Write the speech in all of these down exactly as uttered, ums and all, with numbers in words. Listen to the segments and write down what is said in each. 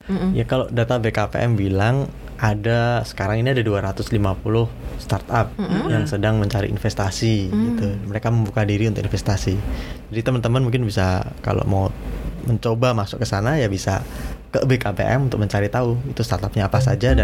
Mm-mm. Ya kalau data B K P M bilang ada sekarang ini ada dua ratus lima puluh startup Mm-mm. yang sedang mencari investasi Mm. gitu. Mereka membuka diri untuk investasi. Jadi teman-teman mungkin bisa kalau mau mencoba masuk ke sana ya bisa ke B K P M untuk mencari tahu itu startupnya apa saja. Dan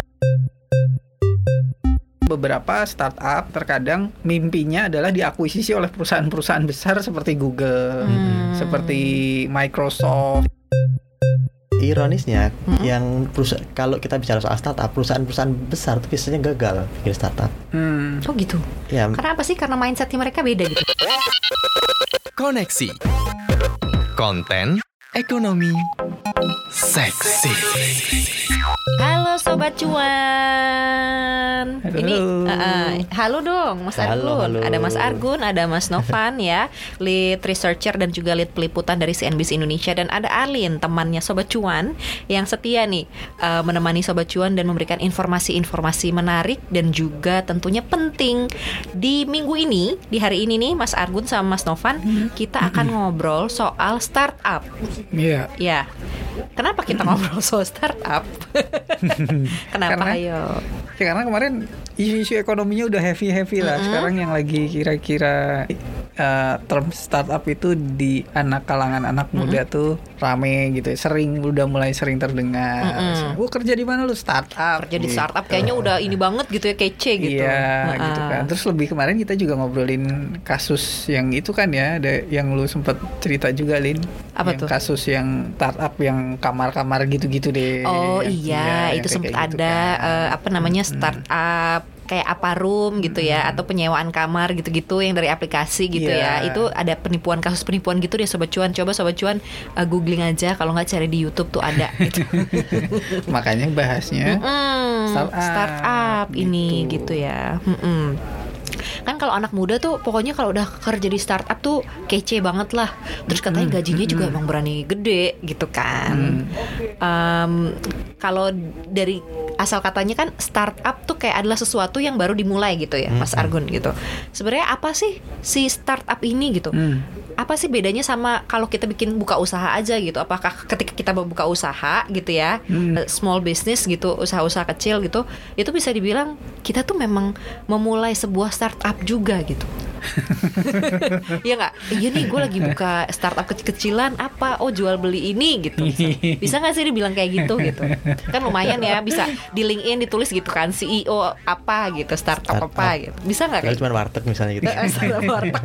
beberapa startup terkadang mimpinya adalah diakuisisi oleh perusahaan-perusahaan besar seperti Google, Hmm. seperti Microsoft. ironisnya Mm-mm. yang perusahaan, kalau kita bicara soal startup, perusahaan-perusahaan besar itu biasanya gagal bikin startup. Hmm. Oh gitu. Ya, Karena apa sih? Karena mindsetnya mereka beda gitu. Koneksi konten ekonomi seksi. Halo Sobat Cuan. Halo. Ini uh, uh, halo dong Mas Halo, Argun. halo. Ada Mas Argun, ada Mas Novan ya, lead researcher dan juga lead peliputan dari C N B C Indonesia, dan ada Alin, temannya Sobat Cuan yang setia nih uh, menemani Sobat Cuan dan memberikan informasi-informasi menarik dan juga tentunya penting. Di minggu ini, di hari ini nih Mas Argun sama Mas Novan, kita akan ngobrol soal startup. Iya. Ya. Kenapa kita ngobrol soal startup? Kenapa Karena- ayo? Ya, karena kemarin isu-isu ekonominya udah heavy-heavy lah. Mm-mm. Sekarang yang lagi kira-kira uh, term startup itu di anak kalangan anak muda tuh rame gitu. ya. Sering udah mulai sering terdengar. Mm-mm. Oh, kerja di mana lu? Startup. Kerja di gitu. startup kayaknya udah ini banget gitu ya, kece gitu. Iya, Heeh. gitu kan. Terus lebih kemarin kita juga ngobrolin kasus yang itu kan ya, ada yang lu sempat cerita juga, Lin. Apa yang tuh? Kasus yang startup yang kamar-kamar gitu-gitu deh. Oh Yang- iya, yang itu kayak sempat kayak gitu ada kan. eh, apa namanya startup kayak apa room gitu ya, atau penyewaan kamar gitu-gitu yang dari aplikasi gitu ya. Iya. Itu ada penipuan, kasus penipuan gitu deh Sobat Cuan. Coba Sobat Cuan eh, googling aja, kalau nggak cari di YouTube tuh ada gitu. Makanya bahasnya Mm-mm, Startup, startup ini gitu. gitu ya. Mm-mm. Kan kalau anak muda tuh pokoknya kalau udah kerja di startup tuh kece banget lah. Terus katanya gajinya juga emang berani gede gitu kan. Em, kalau dari asal katanya kan startup tuh kayak adalah sesuatu yang baru dimulai gitu ya, Mas Argun gitu. Sebenarnya apa sih si startup ini gitu? Hmm. Apa sih bedanya sama kalau kita bikin buka usaha aja gitu? Apakah ketika kita mau buka usaha gitu ya, Hmm. eh, small business gitu, usaha-usaha kecil gitu, itu bisa dibilang kita tuh memang memulai sebuah startup juga gitu. Iya nggak? Iya nih gue lagi buka startup kecil-kecilan apa? Oh jual beli ini gitu. Bisa, bisa nggak sih dibilang kayak gitu gitu? Kan lumayan ya, bisa di LinkedIn ditulis gitu kan C E O apa gitu, startup, Startup. apa gitu. Bisa nggak kalau kayak cuma warteg misalnya gitu. gitu? Startup warteg.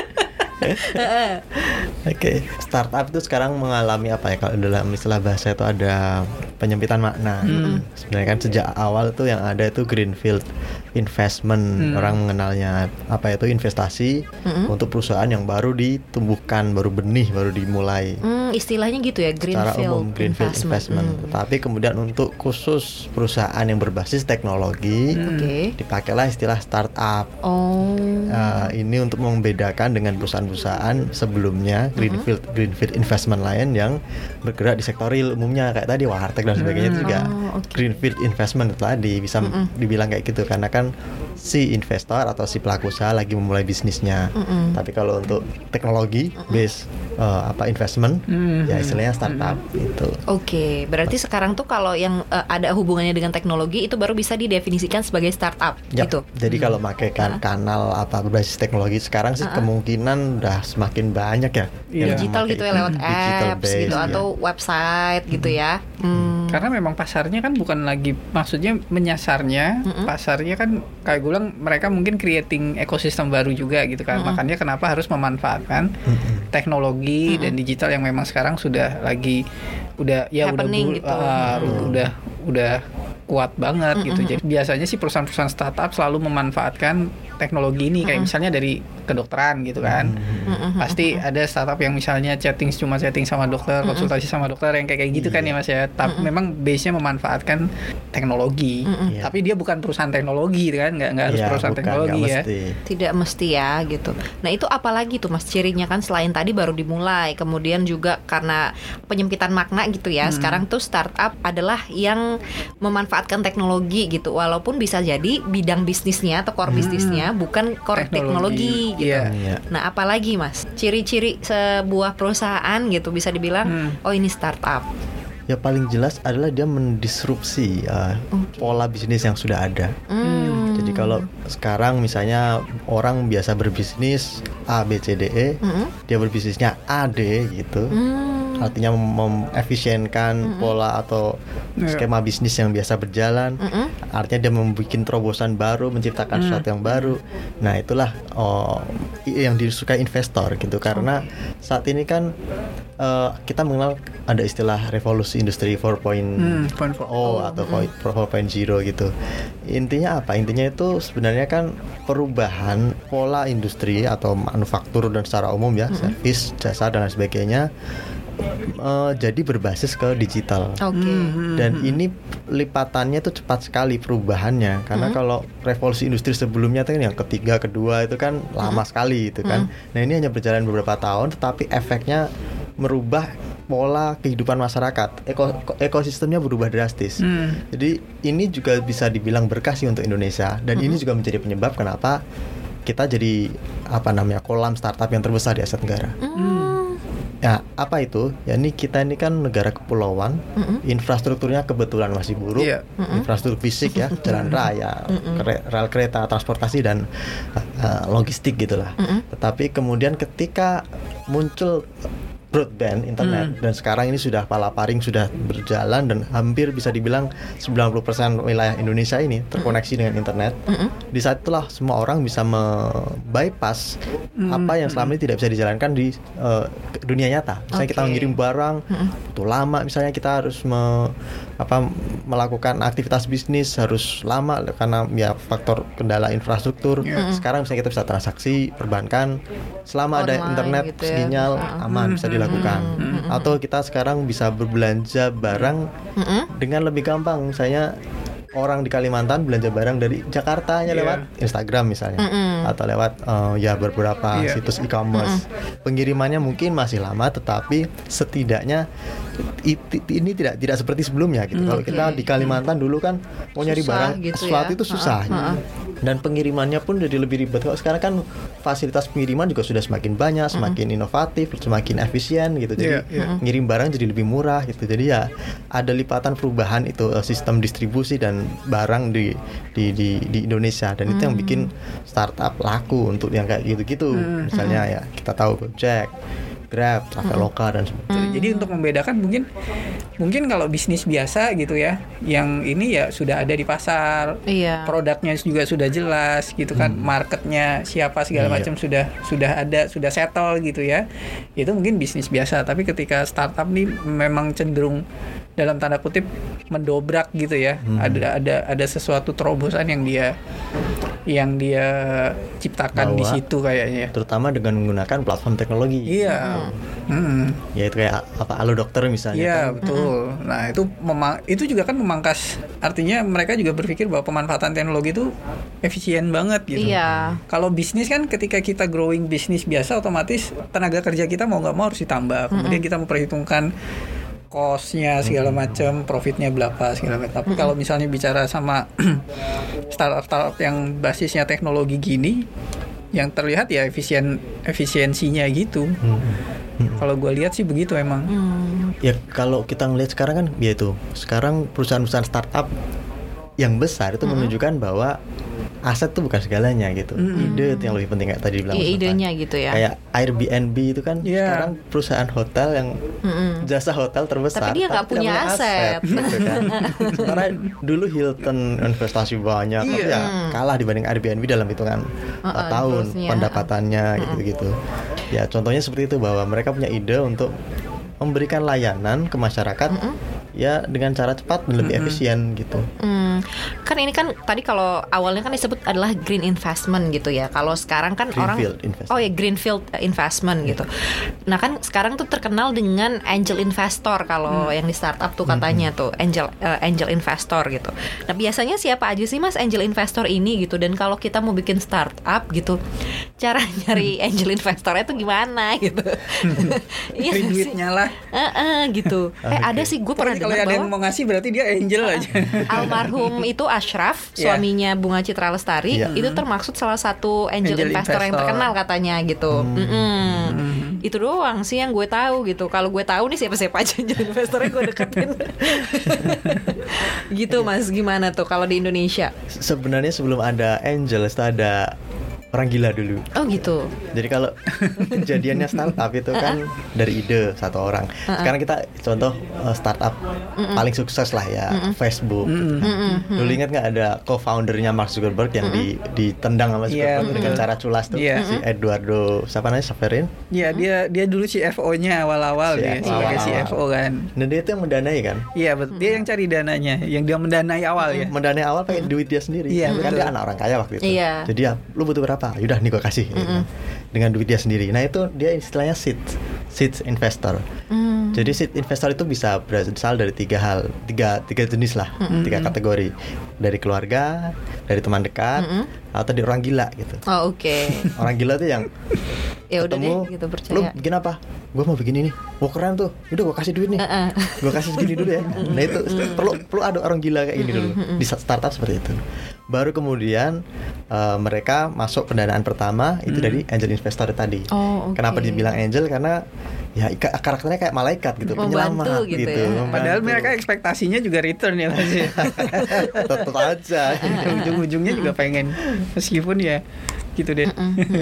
Oke, startup itu sekarang mengalami apa ya, kalau dalam istilah bahasa itu ada penyempitan makna. Sebenarnya kan sejak awal tuh yang ada itu greenfield investment, Hmm. orang mengenalnya apa itu investasi untuk perusahaan yang baru ditumbuhkan, baru benih, baru dimulai. Hmm, istilahnya gitu ya, Secara greenfield umum greenfield investment. Hmm. Tetapi kemudian untuk khusus perusahaan yang berbasis teknologi Oke. dipakailah istilah startup. Oh. Uh, ini untuk membedakan dengan perusahaan-perusahaan sebelumnya greenfield greenfield investment lain yang bergerak di sektor real umumnya kayak tadi warteg dan sebagainya itu juga Oh, oke. greenfield investment tadi bisa dibilang kayak gitu karena kan si investor atau si pelaku usaha lagi memulai bisnisnya. Mm-mm. Tapi kalau untuk teknologi based uh, apa investment Hmm. ya istilahnya startup itu. Oke, berarti sekarang tuh kalau yang eh, ada hubungannya dengan teknologi itu baru bisa didefinisikan sebagai startup Yap, gitu. Jadi kalau pakai kan kanal apa berbasis teknologi sekarang sih kemungkinan udah semakin banyak ya. Iya. yang Digital memakai gitu ya, itu. lewat Digital apps based, gitu ya. atau website gitu ya. Hmm. Karena memang pasarnya kan bukan lagi, maksudnya menyasarnya, pasarnya kan kayak gue bilang mereka mungkin creating ekosistem baru juga gitu kan. Makanya kenapa harus memanfaatkan teknologi dan digital yang memang sekarang sudah lagi udah ya Happening udah bu- gitu. ah, udah udah kuat banget gitu. Jadi biasanya sih perusahaan-perusahaan startup selalu memanfaatkan teknologi ini kayak misalnya dari kedokteran gitu kan. Pasti ada startup yang misalnya chatting cuma chatting sama dokter, konsultasi sama dokter yang kayak kayak gitu kan ya Mas ya. Tapi memang base-nya memanfaatkan teknologi. Iya. Tapi dia bukan perusahaan teknologi kan, nggak nggak harus Iya, perusahaan bukan, teknologi nggak ya. mesti. Tidak mesti ya gitu. Nah itu apalagi tuh Mas cirinya kan, selain tadi baru dimulai, kemudian juga karena penyempitan makna gitu ya. Sekarang tuh startup adalah yang memanfaatkan teknologi gitu, walaupun bisa jadi bidang bisnisnya atau core bisnisnya bukan core teknologi, gitu. Iya. Iya. Nah apalagi Mas ciri-ciri sebuah perusahaan gitu bisa dibilang Hmm. oh ini startup. Ya paling jelas adalah dia mendisrupsi uh, okay. pola bisnis yang sudah ada. Mm. Jadi kalau sekarang misalnya orang biasa berbisnis A, B, C, D, E, mm-hmm. dia berbisnisnya A, D gitu. Mm. Artinya mengefisienkan mm-hmm. pola atau skema bisnis yang biasa berjalan. Mm-hmm. Artinya dia membuat terobosan baru, menciptakan mm. sesuatu yang baru. Nah itulah oh, yang disukai investor gitu. Karena saat ini kan uh, kita mengenal ada istilah revolusi industri empat titik nol atau empat titik nol gitu. Intinya apa? Intinya itu sebenarnya kan perubahan pola industri atau manufaktur dan secara umum ya, mm-hmm. servis, jasa dan lain sebagainya. Uh, jadi berbasis ke digital. Okay. Mm-hmm. Dan ini lipatannya tuh cepat sekali perubahannya. Karena mm-hmm. kalau revolusi industri sebelumnya itu kan yang ketiga, kedua itu kan lama mm-hmm. sekali itu kan. Mm-hmm. Nah ini hanya berjalan beberapa tahun, tetapi efeknya merubah pola kehidupan masyarakat. Eko, ekosistemnya berubah drastis. Mm. Jadi ini juga bisa dibilang berkah sih untuk Indonesia. Dan mm-hmm. ini juga menjadi penyebab kenapa kita jadi apa namanya kolam startup yang terbesar di Asia Tenggara. Mm. Ya, apa itu? Ya ini kita ini kan negara kepulauan, mm-hmm. infrastrukturnya kebetulan masih buruk, yeah. mm-hmm. infrastruktur fisik ya, jalan raya, mm-hmm. kere, rel kereta, transportasi dan uh, logistik gitulah. Mm-hmm. Tetapi kemudian ketika muncul broadband internet mm. dan sekarang ini sudah palaparing sudah berjalan dan hampir bisa dibilang sembilan puluh persen wilayah Indonesia ini terkoneksi mm. dengan internet. Mm-hmm. Di saat itulah semua orang bisa me-bypass mm. apa yang selama ini tidak bisa dijalankan di uh, dunia nyata. Misalnya okay. kita mengirim barang mm-hmm. butuh lama, misalnya kita harus me, apa melakukan aktivitas bisnis harus lama karena ya faktor kendala infrastruktur. Mm-hmm. Sekarang misalnya kita bisa transaksi perbankan selama online, ada internet gitu ya. Sinyal uh. aman mm-hmm. bisa dilakukan. Mm-hmm. Atau kita sekarang bisa berbelanja barang mm-hmm. dengan lebih gampang. Misalnya orang di Kalimantan belanja barang dari Jakarta hanya yeah. lewat Instagram misalnya mm-hmm. atau lewat uh, ya beberapa yeah. situs e-commerce. Mm-hmm. Pengirimannya mungkin masih lama, tetapi setidaknya it, ini tidak tidak seperti sebelumnya gitu. Mm-hmm. Kalau kita di Kalimantan dulu kan mau nyari susah barang gitu sesuatu ya? Itu susah. Uh-huh. Dan pengirimannya pun jadi lebih ribet. Kalau sekarang kan fasilitas pengiriman juga sudah semakin banyak, semakin mm-hmm. inovatif, semakin efisien gitu. Jadi yeah, yeah. ngirim barang jadi lebih murah gitu. Jadi ya ada lipatan perubahan itu sistem distribusi dan barang di di di, di Indonesia dan mm-hmm. itu yang bikin startup laku untuk yang kayak gitu-gitu. Mm-hmm. Misalnya ya kita tahu Gojek, Grab, Traveloka dan sebagainya. Jadi untuk membedakan mungkin mungkin kalau bisnis biasa gitu ya, yang ini ya sudah ada di pasar, iya. produknya juga sudah jelas gitu kan, hmm. marketnya siapa segala iya. macam sudah sudah ada, sudah settle gitu ya. Itu mungkin bisnis biasa. Tapi ketika startup nih memang cenderung dalam tanda kutip mendobrak gitu ya. Hmm. Ada ada ada sesuatu terobosan yang dia yang dia ciptakan bahwa, di situ kayaknya. Terutama dengan menggunakan platform teknologi. Iya. Hmm. Ya itu kayak apa Halo Dokter misalnya. Iya kan? betul. Nah itu memang itu juga kan memangkas. Artinya mereka juga berpikir bahwa pemanfaatan teknologi itu efisien banget gitu. Iya. Kalau bisnis kan ketika kita growing bisnis biasa otomatis tenaga kerja kita mau nggak mau harus ditambah. Kemudian mm-hmm. kita memperhitungkan cost-nya segala macam, profitnya berapa segala macam. Tapi kalau misalnya bicara sama startup-startup yang basisnya teknologi gini, yang terlihat ya efisien efisiensinya gitu. Hmm. Kalau gue lihat sih begitu emang. Hmm. Ya kalau kita ngelihat sekarang kan, ya itu sekarang perusahaan-perusahaan startup yang besar itu hmm. menunjukkan bahwa aset itu bukan segalanya gitu. Mm-hmm. Ide itu yang lebih penting kayak tadi bilang. I- idenya gitu ya. Kayak Airbnb itu kan yeah. sekarang perusahaan hotel yang mm-hmm. jasa hotel terbesar. Tapi dia nggak punya, punya aset. aset gitu kan. Karena dulu Hilton investasi banyak, yeah. tapi ya kalah dibanding Airbnb dalam hitungan uh, tahun impulsnya. Pendapatannya uh. gitu-gitu. Ya contohnya seperti itu bahwa mereka punya ide untuk memberikan layanan ke masyarakat. Mm-hmm. Ya dengan cara cepat dan lebih mm-hmm. efisien gitu. Mm. Kan ini kan tadi kalau awalnya kan disebut adalah green investment gitu ya. Kalau sekarang kan Greenfield orang investment. oh ya Greenfield investment yeah. gitu. Nah kan sekarang tuh terkenal dengan angel investor kalau mm. yang di startup tuh katanya mm-hmm. tuh angel uh, angel investor gitu. Nah biasanya siapa aja sih mas angel investor ini gitu? Dan kalau kita mau bikin startup gitu, cara nyari angel investornya tuh gimana gitu? Iya duitnya lah. Uh-uh, gitu. Eh okay. ada sih gue pernah kalau ada yang mau ngasih berarti dia angel uh, aja. Almarhum itu Ashraf, suaminya Bunga Citra Lestari, yeah. itu termaksud salah satu angel, angel investor, investor yang terkenal katanya gitu. Hmm. Itu doang sih yang gue tahu gitu. Kalau gue tahu nih siapa-siapa aja angel investornya gue deketin. Gitu Mas, gimana tuh kalau di Indonesia? Sebenarnya sebelum ada angel itu ada orang gila dulu. Oh gitu. Jadi kalau kejadiannya startup itu kan uh-uh. dari ide satu orang. Uh-uh. Sekarang kita contoh uh, startup uh-uh. paling sukses lah ya, uh-uh. Facebook. Uh-uh. Gitu. Uh-uh. Dulu ingat nggak ada co-foundernya Mark Zuckerberg yang uh-uh. di ditendang sama Zuckerberg yeah, dengan cara culas tuh, yeah. si Eduardo siapa namanya Severin? Iya yeah, dia dia dulu C F O-nya awal-awal dia sebagai C F O kan. Nah dia itu yang mendanai kan? Iya betul. Dia yang cari dananya, yang dia mendanai awal ya. Mendanai awal pakai duit dia sendiri. Iya kan dia anak orang kaya waktu itu. Iya. Jadi ya lu butuh berapa? Apa? Yaudah nih gue kasih mm-hmm. ya, dengan duit dia sendiri. Nah itu dia istilahnya seed seed investor. Mm. Jadi seed investor itu bisa berasal dari tiga hal, tiga tiga jenis lah, mm-hmm. tiga kategori, dari keluarga, dari teman dekat, mm-hmm. atau dari orang gila gitu. Oh oke. Okay. Orang gila tuh yang ya ketemu, udah deh, gitu percaya. Lu bikin apa? Gue mau begini nih. Wah keren tuh. Udah gue kasih duit nih. Uh-uh. Gue kasih segini dulu ya. Nah itu perlu perlu ada orang gila kayak gini dulu di startup seperti itu. Baru kemudian uh, mereka masuk pendanaan pertama itu hmm. dari angel investor tadi. Oh, okay. Kenapa dibilang angel? Karena ya karakternya kayak malaikat gitu, penyelamat gitu. gitu ya. Padahal mereka ekspektasinya juga return ya Mas. Tetap aja. Ujung-ujungnya juga pengen meskipun ya gitu deh.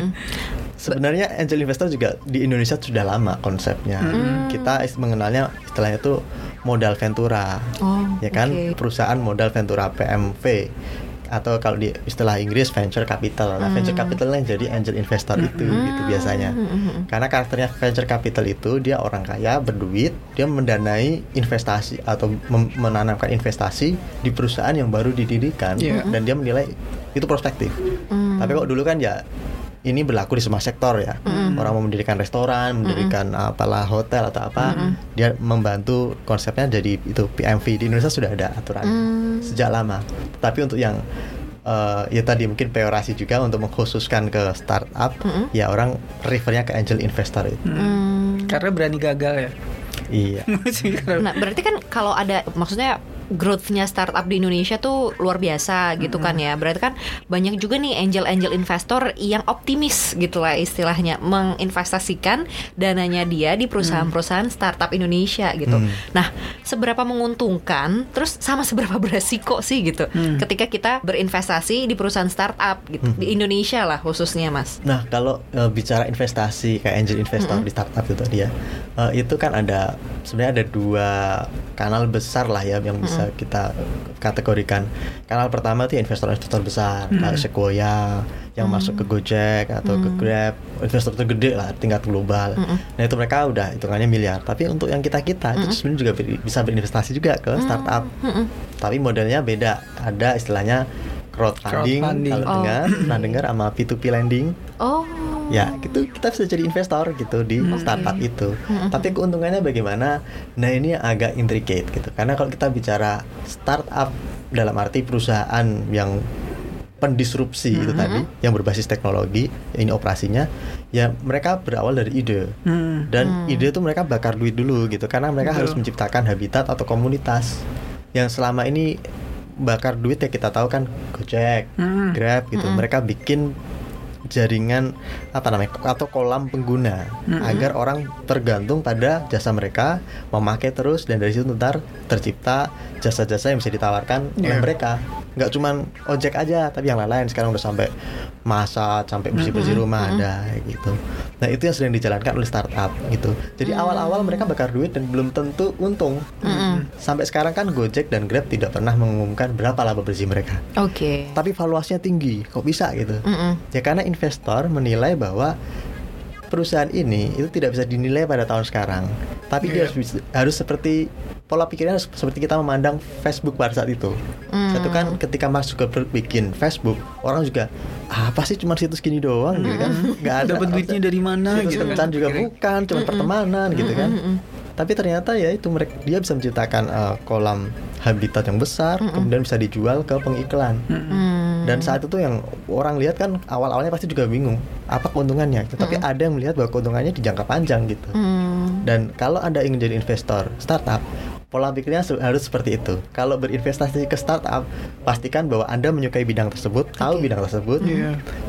Sebenarnya angel investor juga di Indonesia sudah lama konsepnya. Mm. Kita mengenalnya istilahnya itu modal ventura. Oh, ya kan? Okay. Perusahaan modal ventura P M V. Atau kalau di istilah Inggris venture capital. Nah, mm. venture capital yang jadi angel investor itu mm. gitu biasanya. Mm. Karena karakternya venture capital itu dia orang kaya berduit, dia mendanai investasi atau mem- menanamkan investasi di perusahaan yang baru didirikan yeah. dan dia menilai itu prospektif. Mm. Tapi kok dulu kan ya ini berlaku di semua sektor ya. Mm. Orang mau mendirikan restoran, mendirikan mm. apalah hotel atau apa, mm. dia membantu konsepnya jadi itu P M V. Di Indonesia sudah ada aturan mm. sejak lama. Tapi untuk yang uh, ya tadi mungkin peorasi juga untuk mengkhususkan ke startup, mm. ya orang refernya ke angel investor itu. Mm. Karena berani gagal ya. Iya. Nah, berarti kan kalau ada maksudnya growth-nya startup di Indonesia tuh luar biasa gitu kan ya. Berarti kan banyak juga nih angel-angel investor yang optimis gitu lah istilahnya, menginvestasikan dananya dia di perusahaan-perusahaan startup Indonesia gitu. Hmm. Nah, seberapa menguntungkan, terus sama seberapa beresiko sih gitu hmm. ketika kita berinvestasi di perusahaan startup gitu hmm. di Indonesia lah khususnya Mas. Nah, kalau uh, bicara investasi kayak angel investor hmm. di startup itu dia, uh, itu kan ada sebenarnya ada dua kanal besar lah ya yang bisa kita kategorikan. Kanal pertama itu investor-investor besar hmm. kayak Sequoia yang hmm. masuk ke Gojek atau hmm. ke Grab, investor tergede lah tingkat global. Hmm. Nah itu mereka udah hitungannya miliar. Tapi untuk yang kita kita hmm. itu sebenarnya juga ber- bisa berinvestasi juga ke startup. Hmm. Tapi modelnya beda. Ada istilahnya crowdfunding, crowdfunding. Kalau oh. dengar, pernah dengar sama P to P lending. Oh. Ya, gitu kita bisa jadi investor gitu di okay. startup itu. Mm-hmm. Tapi keuntungannya bagaimana? Nah, ini agak intricate gitu. Karena kalau kita bicara startup dalam arti perusahaan yang pendisrupsi mm-hmm. itu tadi, yang berbasis teknologi, ini operasinya, ya mereka berawal dari ide. Mm-hmm. Dan ide itu mereka bakar duit dulu gitu. Karena mereka mm-hmm. harus menciptakan habitat atau komunitas yang selama ini bakar duit ya kita tahu kan Gojek, mm-hmm. Grab gitu. Mm-hmm. Mereka bikin jaringan apa namanya atau kolam pengguna mm-hmm. agar orang tergantung pada jasa mereka, memakai terus, dan dari situ ntar tercipta jasa-jasa yang bisa ditawarkan yeah. oleh mereka. Nggak cuman ojek aja, tapi yang lain-lain sekarang udah sampai masak, sampai bersih-bersih rumah mm-hmm. ada gitu. Nah itu yang sedang dijalankan oleh startup gitu. Jadi mm-hmm. awal-awal mereka bakar duit dan belum tentu untung. Mm-hmm. Sampai sekarang kan Gojek dan Grab tidak pernah mengumumkan berapa laba bersih mereka. Oke. Okay. Tapi valuasinya tinggi, kok bisa gitu? Mm-hmm. Ya karena investor menilai bahwa perusahaan ini itu tidak bisa dinilai pada tahun sekarang. Tapi yeah. dia harus, harus seperti pola pikirnya harus seperti kita memandang Facebook pada saat itu. Mm. Satu kan ketika Mark Zuckerberg bikin Facebook, orang juga apa sih cuma situs gini doang mm. gitu kan? Enggak ada dapat duitnya dari mana situs gitu kencan kan? juga bukan, cuma mm-mm. pertemanan gitu kan. Mm-mm. Tapi ternyata ya itu mereka dia bisa menciptakan uh, kolam habitat yang besar, mm-mm. kemudian bisa dijual ke pengiklan. Mm-mm. Dan saat itu yang orang lihat kan awal-awalnya pasti juga bingung apa keuntungannya. Tapi mm-mm. ada yang melihat bahwa keuntungannya di jangka panjang gitu. Mm. Dan kalau Anda ingin jadi investor startup, pola pikirnya harus seperti itu. Kalau berinvestasi ke startup, pastikan bahwa Anda menyukai bidang tersebut, okay. tahu bidang tersebut, yeah.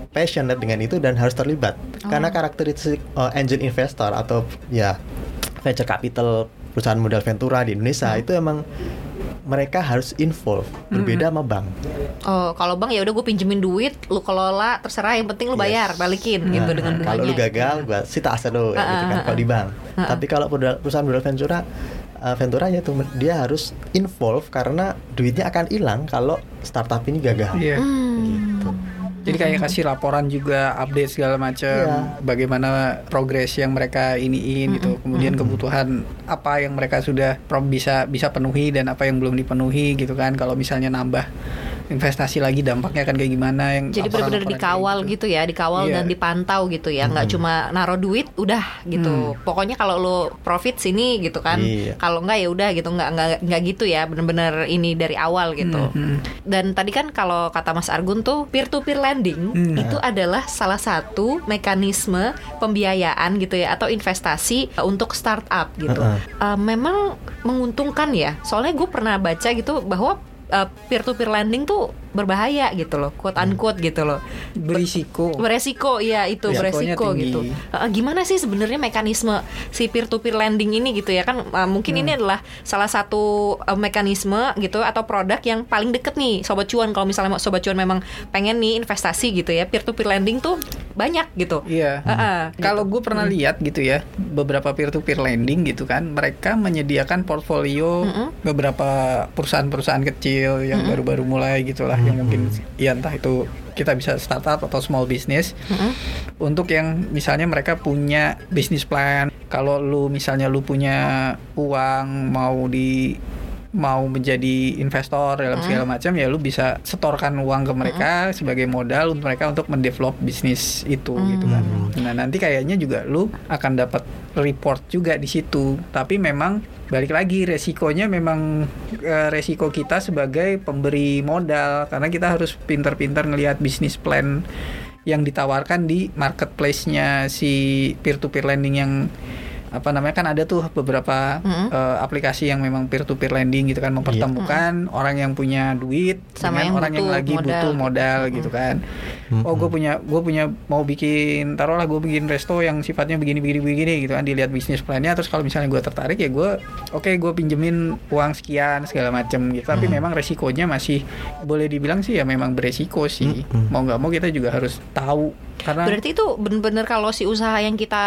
passionate dengan itu dan harus terlibat. Oh. Karena karakteristik uh, angel investor atau ya venture capital perusahaan modal ventura di Indonesia hmm. itu emang mereka harus involve, berbeda mm-hmm. sama bank. Oh, kalau bank ya udah gue pinjemin duit, lu kelola, terserah, yang penting lu bayar, yes. balikin nah, gitu dengan bunganya. Kalau lu gagal, gua sita aset lu, ya, gitu kan. Kalau di bank. Uh-uh. Tapi kalau perusahaan modal ventura, uh, ventura ya tuh dia harus involve karena duitnya akan hilang kalau startup ini gagal. Yeah. Gitu. Jadi kayak kasih laporan juga, update segala macam, yeah. bagaimana progres yang mereka iniin gitu, kemudian kebutuhan apa yang mereka sudah bisa bisa penuhi dan apa yang belum dipenuhi gitu kan. Kalau misalnya nambah investasi lagi dampaknya akan kayak gimana yang jadi benar-benar dikawal gitu. gitu ya, dikawal yeah. dan dipantau gitu ya, nggak hmm. cuma naruh duit udah gitu. Hmm. Pokoknya kalau lo profit sini gitu kan, yeah. kalau nggak ya udah gitu, nggak nggak nggak gitu ya, benar-benar ini dari awal gitu. Hmm. Dan tadi kan kalau kata Mas Argun tuh peer to peer lending hmm. itu adalah salah satu mekanisme pembiayaan gitu ya atau investasi untuk startup gitu. Uh-uh. Uh, memang menguntungkan ya, soalnya gue pernah baca gitu bahwa Uh, peer-to-peer lending tuh berbahaya gitu loh, quote unquote gitu loh, berisiko, beresiko, ya itu beresiko gitu. Uh, gimana sih sebenarnya mekanisme si peer-to-peer lending ini gitu ya kan? Uh, mungkin hmm. ini adalah salah satu uh, mekanisme gitu atau produk yang paling deket nih Sobat Cuan. Kalau misalnya Sobat Cuan memang pengen nih investasi gitu ya, peer-to-peer lending tuh banyak gitu. Iya. Hmm. Uh-uh, Kalau gitu. Gue pernah hmm. lihat gitu ya, beberapa peer-to-peer lending gitu kan, mereka menyediakan portfolio hmm. beberapa perusahaan-perusahaan kecil yang mm-hmm. baru-baru mulai gitulah, mm-hmm. yang mungkin ya entah itu kita bisa startup atau small business, mm-hmm. untuk yang misalnya mereka punya business plan. Kalau lu misalnya lu punya uang mau di mau menjadi investor dalam segala macam, ya lu bisa setorkan uang ke mereka mm-hmm. sebagai modal untuk mereka untuk mendevelop bisnis itu mm-hmm. gitu kan. Nah, nanti kayaknya juga lu akan dapat report juga di situ. Tapi memang balik lagi resikonya memang e, resiko kita sebagai pemberi modal, karena kita harus pintar-pintar ngelihat bisnis plan yang ditawarkan di marketplace-nya si peer to peer lending yang apa namanya, kan ada tuh beberapa mm-hmm. uh, aplikasi yang memang peer to peer lending gitu kan, mempertemukan mm-hmm. orang yang punya duit sama dengan yang orang yang lagi modal. butuh modal mm-hmm. gitu kan. Mm-hmm. Oh gue punya gue punya mau bikin, taruhlah gue bikin resto yang sifatnya begini begini begini gitu kan, dilihat bisnis plannya, terus kalau misalnya gue tertarik ya gue oke okay, gue pinjemin uang sekian segala macam gitu. Tapi mm-hmm. memang resikonya masih boleh dibilang sih ya memang beresiko sih. Mm-hmm. Mau nggak mau kita juga harus tahu. Karena berarti itu benar-benar kalau si usaha yang kita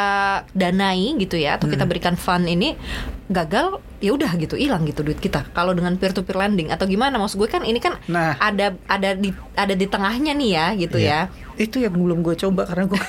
danai gitu ya atau hmm. kita berikan fund ini gagal, ya udah gitu, hilang gitu duit kita. Kalau dengan peer to peer lending atau gimana, maksud gue kan ini kan nah. ada ada di ada di tengahnya nih ya gitu yeah. ya. Itu yang belum gue coba karena gue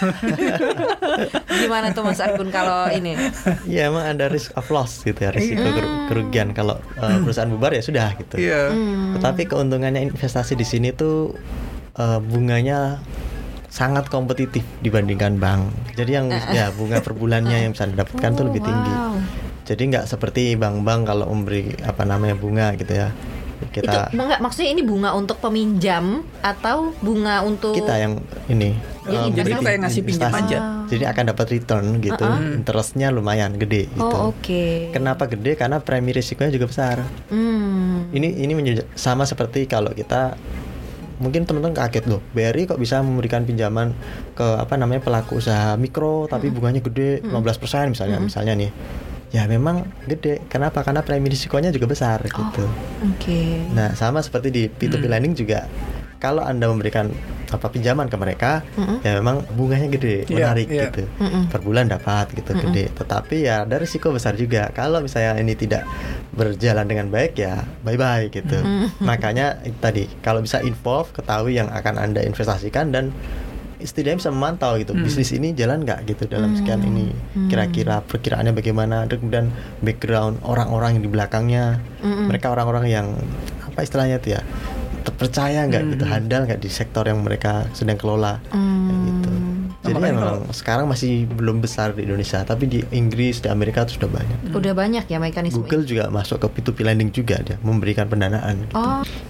gimana tuh Mas Argun kalau ini? Ya emang ada risk of loss gitu ya, risiko hmm. kerugian kalau uh, perusahaan bubar ya sudah gitu. Yeah. Hmm. Tetapi keuntungannya investasi di sini tuh uh, bunganya sangat kompetitif dibandingkan bank. Jadi yang uh, ya bunga per bulannya yang bisa didapatkan oh, tuh lebih tinggi. Wow. Jadi nggak seperti bank-bank kalau memberi apa namanya bunga gitu ya. Kita itu enggak, maksudnya ini bunga untuk peminjam atau bunga untuk kita yang ini. Ya, um, jadi kayak ngasih pinjam aja. Jadi akan dapat return gitu. Uh-uh. Interestnya lumayan gede gitu. Oh, oke. Okay. Kenapa gede? Karena premi risikonya juga besar. Hmm. Ini ini menjadi sama seperti kalau kita, mungkin teman-teman kaget loh, B R I kok bisa memberikan pinjaman ke apa namanya pelaku usaha mikro tapi mm-hmm. bunganya gede lima belas persen misalnya mm-hmm. misalnya nih. Ya memang gede. Kenapa? Karena premi risikonya juga besar oh, gitu. Oke. Okay. Nah, sama seperti di P to P mm-hmm. lending juga. Kalau Anda memberikan apa pinjaman ke mereka, mm-hmm. ya memang bunganya gede, menarik yeah, yeah. gitu. Mm-hmm. Per bulan dapat gitu mm-hmm. gede. Tetapi ya ada risiko besar juga. Kalau misalnya ini tidak berjalan dengan baik ya bye-bye gitu. Mm-hmm. Makanya tadi kalau bisa involve, ketahui yang akan Anda investasikan dan setidaknya bisa memantau gitu hmm. bisnis ini jalan nggak gitu dalam sekian ini, hmm. kira-kira perkiraannya bagaimana, dan kemudian background orang-orang yang di belakangnya, hmm. mereka orang-orang yang apa istilahnya tuh ya terpercaya nggak hmm. gitu, handal nggak di sektor yang mereka sedang kelola hmm. kayak gitu. Jadi ya memang kalau sekarang masih belum besar di Indonesia, tapi di Inggris, di Amerika itu sudah banyak. Udah banyak ya mekanisme. Google juga masuk ke P to P lending juga, dia memberikan pendanaan gitu. Oh,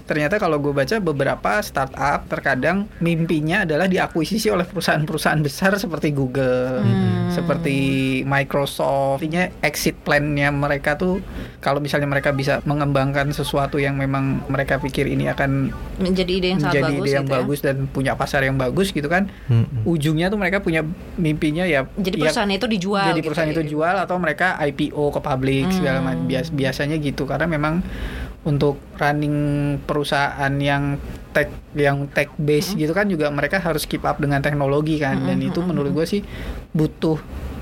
ternyata kalau gue baca beberapa startup terkadang mimpinya adalah diakuisisi oleh perusahaan-perusahaan besar seperti Google, hmm. seperti Microsoft. Artinya exit plan-nya mereka tuh kalau misalnya mereka bisa mengembangkan sesuatu yang memang mereka pikir ini akan menjadi ide yang sangat menjadi bagus, ide yang gitu bagus ya? dan punya pasar yang bagus gitu kan. Hmm. Ujungnya tuh mereka punya mimpinya ya jadi ya, perusahaan itu dijual. Jadi perusahaan gitu, itu jual atau mereka I P O ke publik hmm. segala macam. Bias, biasanya gitu karena memang untuk running perusahaan yang tech yang tech base mm-hmm. gitu kan juga mereka harus keep up dengan teknologi kan, mm-hmm. dan itu menurut gue sih butuh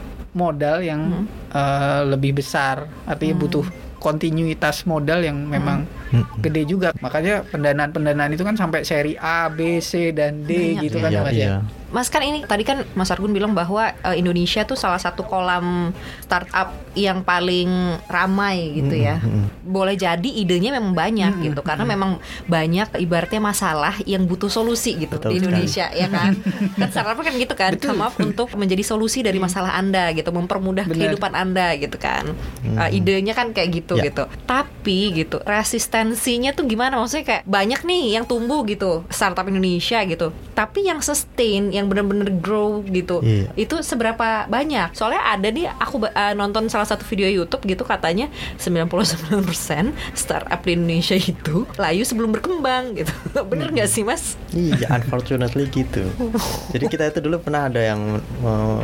modal yang mm-hmm. uh, lebih besar, artinya mm-hmm. butuh kontinuitas modal yang memang mm-hmm. gede juga. Makanya pendanaan-pendanaan itu kan sampai seri A, B, C dan D banyak gitu kan iya, Mas ya. iya. Mas kan ini tadi kan Mas Argun bilang bahwa uh, Indonesia tuh salah satu kolam startup yang paling ramai gitu ya. Mm-hmm. Boleh jadi idenya memang banyak mm-hmm. gitu karena memang banyak ibaratnya masalah yang butuh solusi gitu. Betul di Indonesia sekali. Ya kan. Kan startup kan gitu kan, come up untuk menjadi solusi dari masalah Anda gitu, mempermudah Bener. kehidupan Anda gitu kan. Mm-hmm. Uh, idenya kan kayak gitu yeah. gitu. Tapi gitu resistensinya tuh gimana, maksudnya kayak banyak nih yang tumbuh gitu startup Indonesia gitu. Tapi yang sustain yang benar-benar grow gitu yeah. itu seberapa banyak? Soalnya ada nih aku uh, nonton salah satu video YouTube gitu katanya sembilan puluh sembilan persen startup di Indonesia itu layu sebelum berkembang gitu. Bener nggak sih Mas? Iya, unfortunately gitu. Jadi kita itu dulu pernah ada yang uh,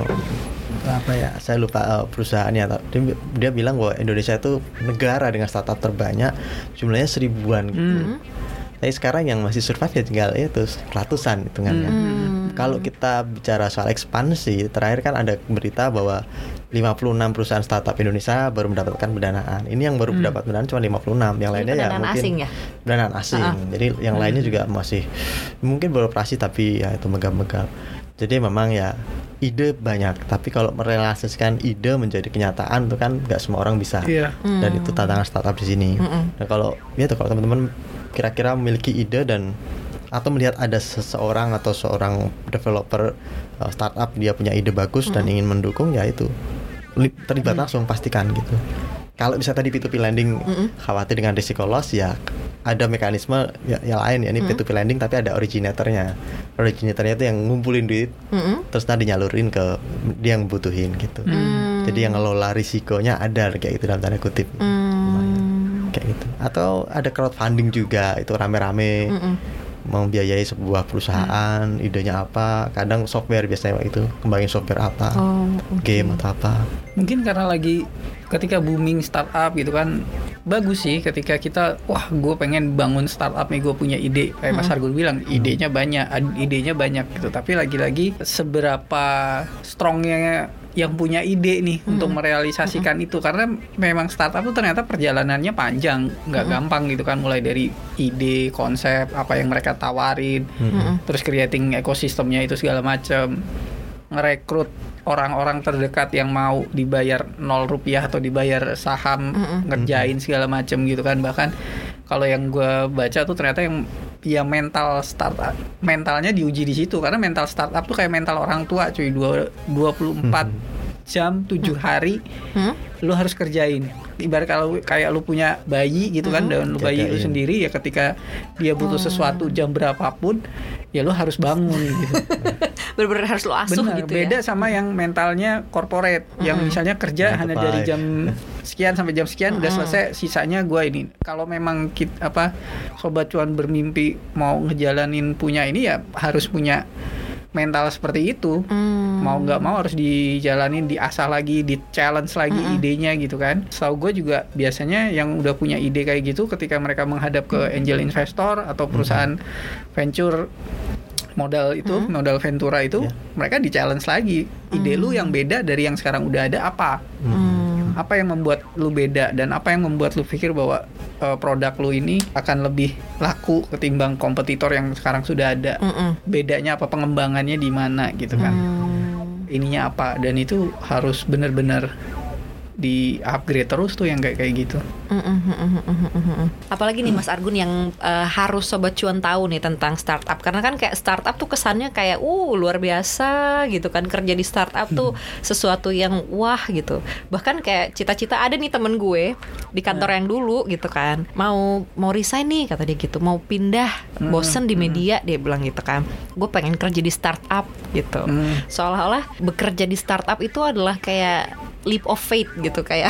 apa ya, saya lupa uh, perusahaannya. Dia, dia bilang bahwa Indonesia itu negara dengan startup terbanyak, jumlahnya seribuan gitu. Mm. Tapi sekarang yang masih survive ya tinggal itu ratusan hitungannya. Hmm. Kalau kita bicara soal ekspansi, terakhir kan ada berita bahwa lima puluh enam perusahaan startup Indonesia baru mendapatkan pendanaan. Ini yang baru hmm. mendapat pendanaan cuma lima puluh enam. Yang lainnya ya mungkin asing ya? pendanaan asing. Uh-huh. Jadi yang hmm. lainnya juga masih mungkin beroperasi tapi ya itu megap-megap. Jadi memang ya ide banyak, tapi kalau merealisasikan ide menjadi kenyataan itu kan nggak semua orang bisa. Yeah. Hmm. Dan itu tantangan startup di sini. Hmm. Nah kalau ya tuh kalau teman-teman kira-kira memiliki ide dan atau melihat ada seseorang atau seorang developer uh, startup dia punya ide bagus mm-hmm. dan ingin mendukung, ya itu terlibat mm-hmm. langsung, pastikan gitu. Kalau bisa tadi P two P lending mm-hmm. khawatir dengan risiko loss, ya ada mekanisme ya, yang lain ya ini mm-hmm. P two P lending tapi ada originatornya. Originatornya itu yang ngumpulin duit mm-hmm. terus nanti nyalurin ke dia yang butuhin gitu. Mm-hmm. Jadi yang ngelola risikonya ada kayak gitu dalam tanda kutip. Mm-hmm. Kayak gitu. Atau ada crowdfunding juga, itu rame-rame mm-mm. membiayai sebuah perusahaan, mm. idenya apa, kadang software biasanya itu kembangin software apa, oh, okay. game atau apa. Mungkin karena lagi ketika booming startup gitu kan, bagus sih ketika kita wah gue pengen bangun startup nih, gue punya ide kayak mm. Mas Argun bilang idenya banyak, idenya banyak gitu, tapi lagi-lagi seberapa strongnya yang punya ide nih hmm. untuk merealisasikan hmm. itu, karena memang startup itu ternyata perjalanannya panjang, nggak hmm. gampang gitu kan, mulai dari ide, konsep, apa yang mereka tawarin, hmm. terus creating ekosistemnya itu segala macam, ngerekrut orang-orang terdekat yang mau dibayar nol rupiah atau dibayar saham, hmm. ngerjain segala macam gitu kan. Bahkan kalau yang gue baca tuh ternyata yang ya mental startup, mentalnya diuji di situ, karena mental startup tuh kayak mental orang tua cuy, dua puluh empat hmm. jam tujuh hari hmm? lu harus kerjain. Ibarat kalau kayak lu punya bayi gitu kan, hmm? dan lu bayi Jagain. lu sendiri ya, ketika dia butuh oh. sesuatu jam berapapun ya lu harus bangun gitu. Bener-bener harus lu asuh. Bener, gitu beda ya. sama yang mentalnya corporate, hmm. yang misalnya kerja nine hanya to dari jam sekian sampai jam sekian hmm. udah selesai, sisanya gue ini. Kalau memang kita, apa Sobat Cuan bermimpi mau ngejalanin punya ini, ya harus punya mental seperti itu. hmm. Mau nggak mau harus dijalanin, diasah lagi, di challenge lagi hmm. idenya gitu kan. Setahu gue juga biasanya yang udah punya ide kayak gitu, ketika mereka menghadap ke angel investor atau perusahaan hmm. venture modal itu, hmm. modal ventura itu, yeah. mereka di challenge lagi. Ide hmm. lu yang beda dari yang sekarang udah ada apa? Hmm. Apa yang membuat lu beda, dan apa yang membuat lu pikir bahwa uh, produk lu ini akan lebih laku ketimbang kompetitor yang sekarang sudah ada? Mm-mm. Bedanya apa, pengembangannya di mana gitu kan? Mm. Ininya apa? Dan itu harus benar-benar di upgrade terus tuh yang kayak kayak gitu. Apalagi nih Mas Argun yang uh, harus Sobat Cuan tahu nih tentang startup, karena kan kayak startup tuh kesannya kayak uh luar biasa gitu kan, kerja di startup tuh sesuatu yang wah gitu. Bahkan kayak cita-cita ada nih temen gue di kantor yang dulu gitu kan, mau mau resign nih kata dia gitu, mau pindah, bosen di media dia bilang gitu kan, gue pengen kerja di startup gitu. Seolah-olah bekerja di startup itu adalah kayak leap of faith gitu, kayak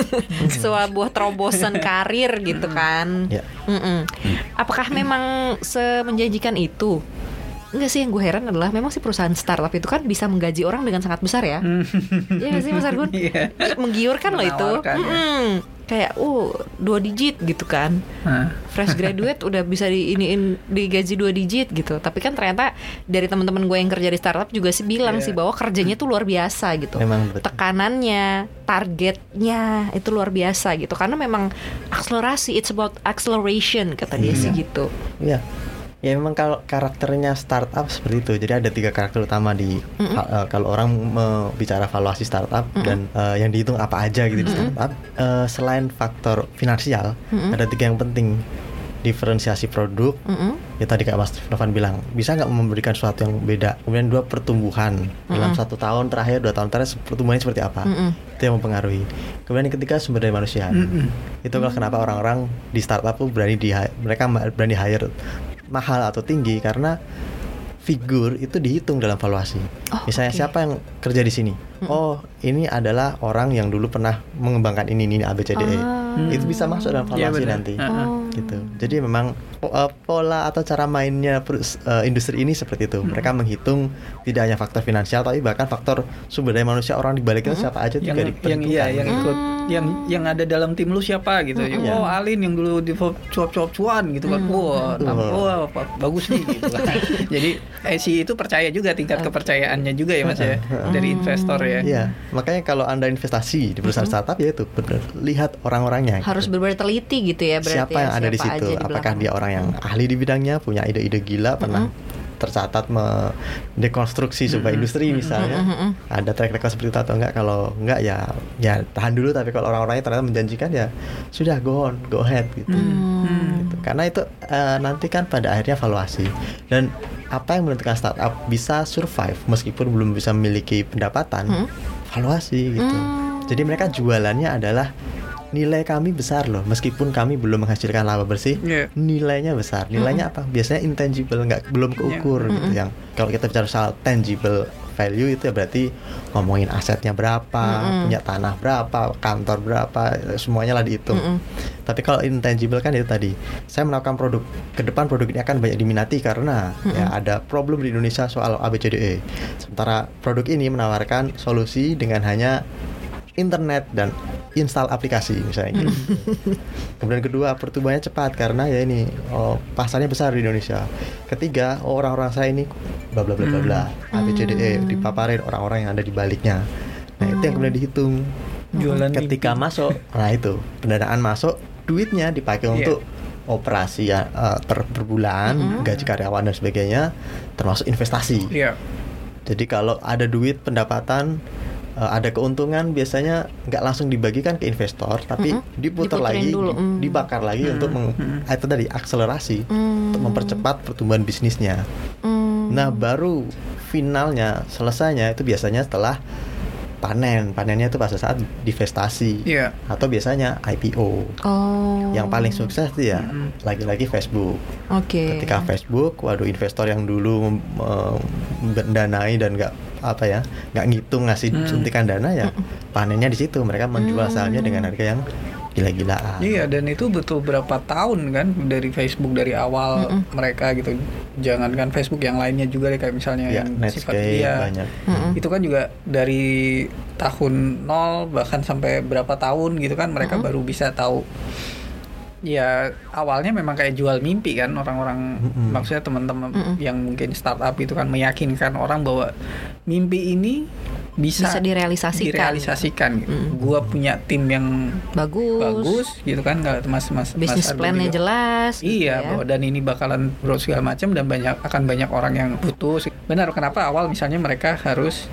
sebuah terobosan karir gitu kan. Ya. Apakah memang semenjanjikan itu? Enggak sih, yang gue heran adalah memang si perusahaan startup itu kan bisa menggaji orang dengan sangat besar ya. Iya gak sih Mas Argun? Iya. Menggiurkan loh itu. Ya. Kayak uh dua digit gitu kan. Huh? Fresh graduate udah bisa di iniin digaji dua digit gitu. Tapi kan ternyata dari teman-teman gue yang kerja di startup juga sih bilang yeah. sih bahwa kerjanya tuh luar biasa gitu. Memang betul. Tekanannya, targetnya itu luar biasa gitu. Karena memang akselerasi, it's about acceleration kata dia yeah. sih gitu. Iya. Yeah. Ya memang kalau karakternya startup seperti itu. Jadi ada tiga karakter utama di mm-hmm. uh, kalau orang uh, bicara valuasi startup mm-hmm. dan uh, yang dihitung apa aja gitu mm-hmm. di startup. Uh, selain faktor finansial, mm-hmm. ada tiga yang penting. Diferensiasi produk. Mm-hmm. Ya tadi kayak Mas Novan bilang, bisa nggak memberikan sesuatu yang beda. Kemudian dua, pertumbuhan. Mm-hmm. Dalam satu tahun terakhir, dua tahun terakhir pertumbuhannya seperti apa? Mm-hmm. Itu yang mempengaruhi. Kemudian yang ketiga, sumber daya manusia. Mm-hmm. Itu mm-hmm. kenapa orang-orang di startup tuh berani di mereka berani hire mahal atau tinggi, karena figur itu dihitung dalam valuasi. Oh, misalnya okay. siapa yang kerja di sini? Hmm. Oh, ini adalah orang yang dulu pernah mengembangkan ini ini A B C D E. Oh. Itu bisa masuk dalam valuasi ya, nanti. Oh. Gitu. Jadi memang pola atau cara mainnya uh, industri ini seperti itu. Hmm. Mereka menghitung tidak hanya faktor finansial, tapi bahkan faktor sumber daya manusia, orang di balik itu hmm. siapa aja yang, juga diperhitungkan. Yang iya, yang ikut hmm. yang yang ada dalam tim lu siapa gitu. Hmm. Ya, oh, yeah. Alin yang dulu di cuap-cuap cuan gitu kan. Hmm. Wah, wow, wow, bagus nih gitu kan. Jadi I C itu percaya juga, tingkat okay. kepercayaannya juga ya Mas ya dari investor ya. Iya, makanya kalau Anda investasi di perusahaan mm-hmm. startup ya itu benar, lihat orang-orangnya. Harus gitu. Benar-benar teliti gitu ya berarti. Siapa yang ya, ada siapa di situ? Di apakah dia orang yang ahli di bidangnya, punya ide-ide gila, pernah mm-hmm. tercatat mendekonstruksi sebuah mm-hmm. industri misalnya. Mm-hmm. Ada track record seperti itu atau enggak? Kalau enggak ya ya tahan dulu, tapi kalau orang-orangnya ternyata menjanjikan ya sudah go on, go ahead gitu. Mm-hmm. gitu. Karena itu uh, nanti kan pada akhirnya valuasi. Dan apa yang menentukan startup bisa survive meskipun belum bisa memiliki pendapatan, hmm? valuasi gitu. Hmm. Jadi mereka jualannya adalah nilai kami besar loh, meskipun kami belum menghasilkan laba bersih, yeah. nilainya besar. Nilainya hmm. apa? Biasanya intangible, nggak belum keukur yeah. gitu. Hmm. Yang kalau kita bicara soal tangible value itu ya berarti ngomongin asetnya berapa, hmm. punya tanah berapa, kantor berapa, semuanya lah dihitung. Hmm. Tapi kalau intangible kan itu tadi, saya melakukan produk, ke depan produk ini akan banyak diminati karena hmm. ya ada problem di Indonesia soal A B C D E. Sementara produk ini menawarkan solusi dengan hanya internet dan install aplikasi misalnya gitu. Kemudian kedua, pertumbuhannya cepat karena ya ini oh, pasarnya besar di Indonesia. Ketiga, oh, orang-orang saya ini bla bla bla bla bla A B C D E dipaparin orang-orang yang ada di baliknya. Nah, itu yang kemudian dihitung. Jualan ketika mimpi. Masuk, nah itu pendanaan masuk, duitnya dipakai yeah. untuk operasi ya uh, per, per bulan, mm-hmm. gaji karyawan dan sebagainya, termasuk investasi. Yeah. Jadi kalau ada duit pendapatan, Uh, ada keuntungan, biasanya nggak langsung dibagikan ke investor, tapi mm-hmm. diputar lagi, dulu. Mm. dibakar lagi mm. untuk meng, mm. itu tadi akselerasi mm. untuk mempercepat pertumbuhan bisnisnya. Mm. Nah, baru finalnya selesainya itu biasanya setelah panen. Panennya itu pada saat divestasi yeah. atau biasanya I P O. Oh. Yang paling sukses itu ya mm-hmm. lagi-lagi Facebook. Okay. Ketika Facebook, waduh, investor yang dulu mendanai dan nggak apa ya nggak ngitung ngasih hmm. suntikan dana ya hmm. panennya di situ, mereka menjual sahamnya hmm. dengan harga yang gila-gilaan. Iya, dan itu betul berapa tahun kan dari Facebook dari awal hmm. mereka gitu. Jangankan Facebook, yang lainnya juga kayak misalnya ya, yang sifat dia banyak. Hmm. Itu kan juga dari tahun nol bahkan sampai berapa tahun gitu kan mereka hmm. baru bisa tahu. Ya awalnya memang kayak jual mimpi kan orang-orang, mm-hmm. maksudnya teman-teman mm-hmm. yang mungkin startup itu kan meyakinkan orang bahwa mimpi ini bisa, bisa direalisasikan. Direalisasikan gitu. Mm-hmm. Gua punya tim yang bagus, bagus gitu kan, nggak mas-mas bisnis plan-nya jelas. Iya, gitu ya. Bahwa dan ini bakalan growth segala macam dan banyak akan banyak orang yang butuh. Benar, kenapa awal misalnya mereka harus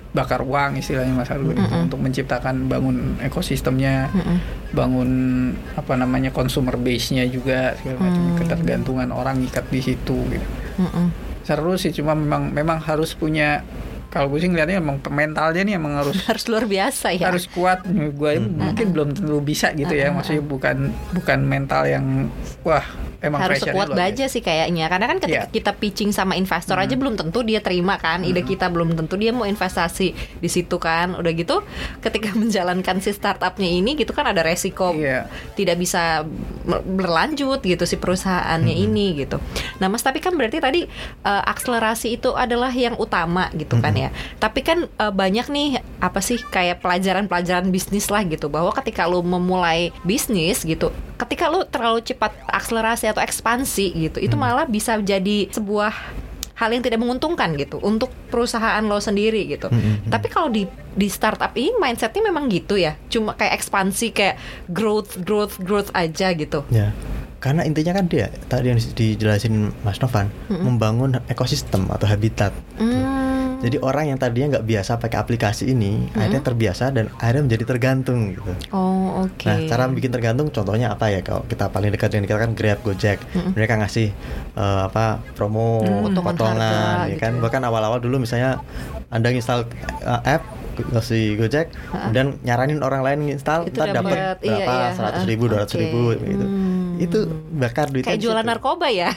bakar uang istilahnya Mas Argo mm-hmm. untuk menciptakan bangun ekosistemnya, mm-hmm. bangun apa namanya consumer base-nya juga segala macam, mm-hmm. ketergantungan orang ikat di situ gitu. Mm-hmm. Seru sih, cuma memang memang harus punya, kalau gue sih ngeliatnya emang mentalnya nih emang harus harus luar biasa ya, harus kuat. Gue hmm. mungkin belum tentu bisa gitu ya, maksudnya bukan bukan mental yang wah emang harus sekuat baja sih kayaknya, karena kan ketika yeah. kita pitching sama investor hmm. aja belum tentu dia terima kan ide hmm. kita, belum tentu dia mau investasi di situ kan. Udah gitu ketika menjalankan si startupnya ini gitu kan ada resiko yeah. tidak bisa berlanjut gitu si perusahaannya hmm. ini gitu. Nah Mas, tapi kan berarti tadi uh, akselerasi itu adalah yang utama gitu hmm. kan ya. Tapi kan uh, banyak nih apa sih kayak pelajaran-pelajaran bisnis lah gitu, bahwa ketika lu memulai bisnis gitu, ketika lu terlalu cepat akselerasi atau ekspansi gitu, itu malah bisa jadi sebuah hal yang tidak menguntungkan gitu untuk perusahaan lo sendiri gitu. Mm-hmm. Tapi kalau di di startup ini mindsetnya memang gitu ya, cuma kayak ekspansi, kayak growth growth growth aja gitu. Ya. Karena intinya kan dia tadi yang dijelasin Mas Novan, mm-hmm. membangun ekosistem atau habitat. Mm. Jadi orang yang tadinya nggak biasa pakai aplikasi ini, mm-hmm. akhirnya terbiasa dan akhirnya menjadi tergantung gitu. Oh oke. Okay. Nah cara bikin tergantung contohnya apa ya? Kalau kita paling dekat dengan kita kan Grab, Gojek, mm-hmm. mereka ngasih uh, apa promo, mm-hmm. potongan, ya kan. Gitu. Bahkan awal-awal dulu misalnya Anda install uh, app ngasih Gojek, uh-huh. dan nyaranin orang lain install, ntar dapat berapa, seratus iya, ribu, dua ratus ribu, gitu. Hmm. Itu bakar duitnya. Kayak jualan narkoba ya.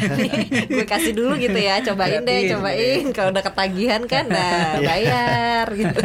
Gue kasih dulu gitu ya, cobain deh, cobain. Kalau udah ketagihan kan, nah bayar gitu.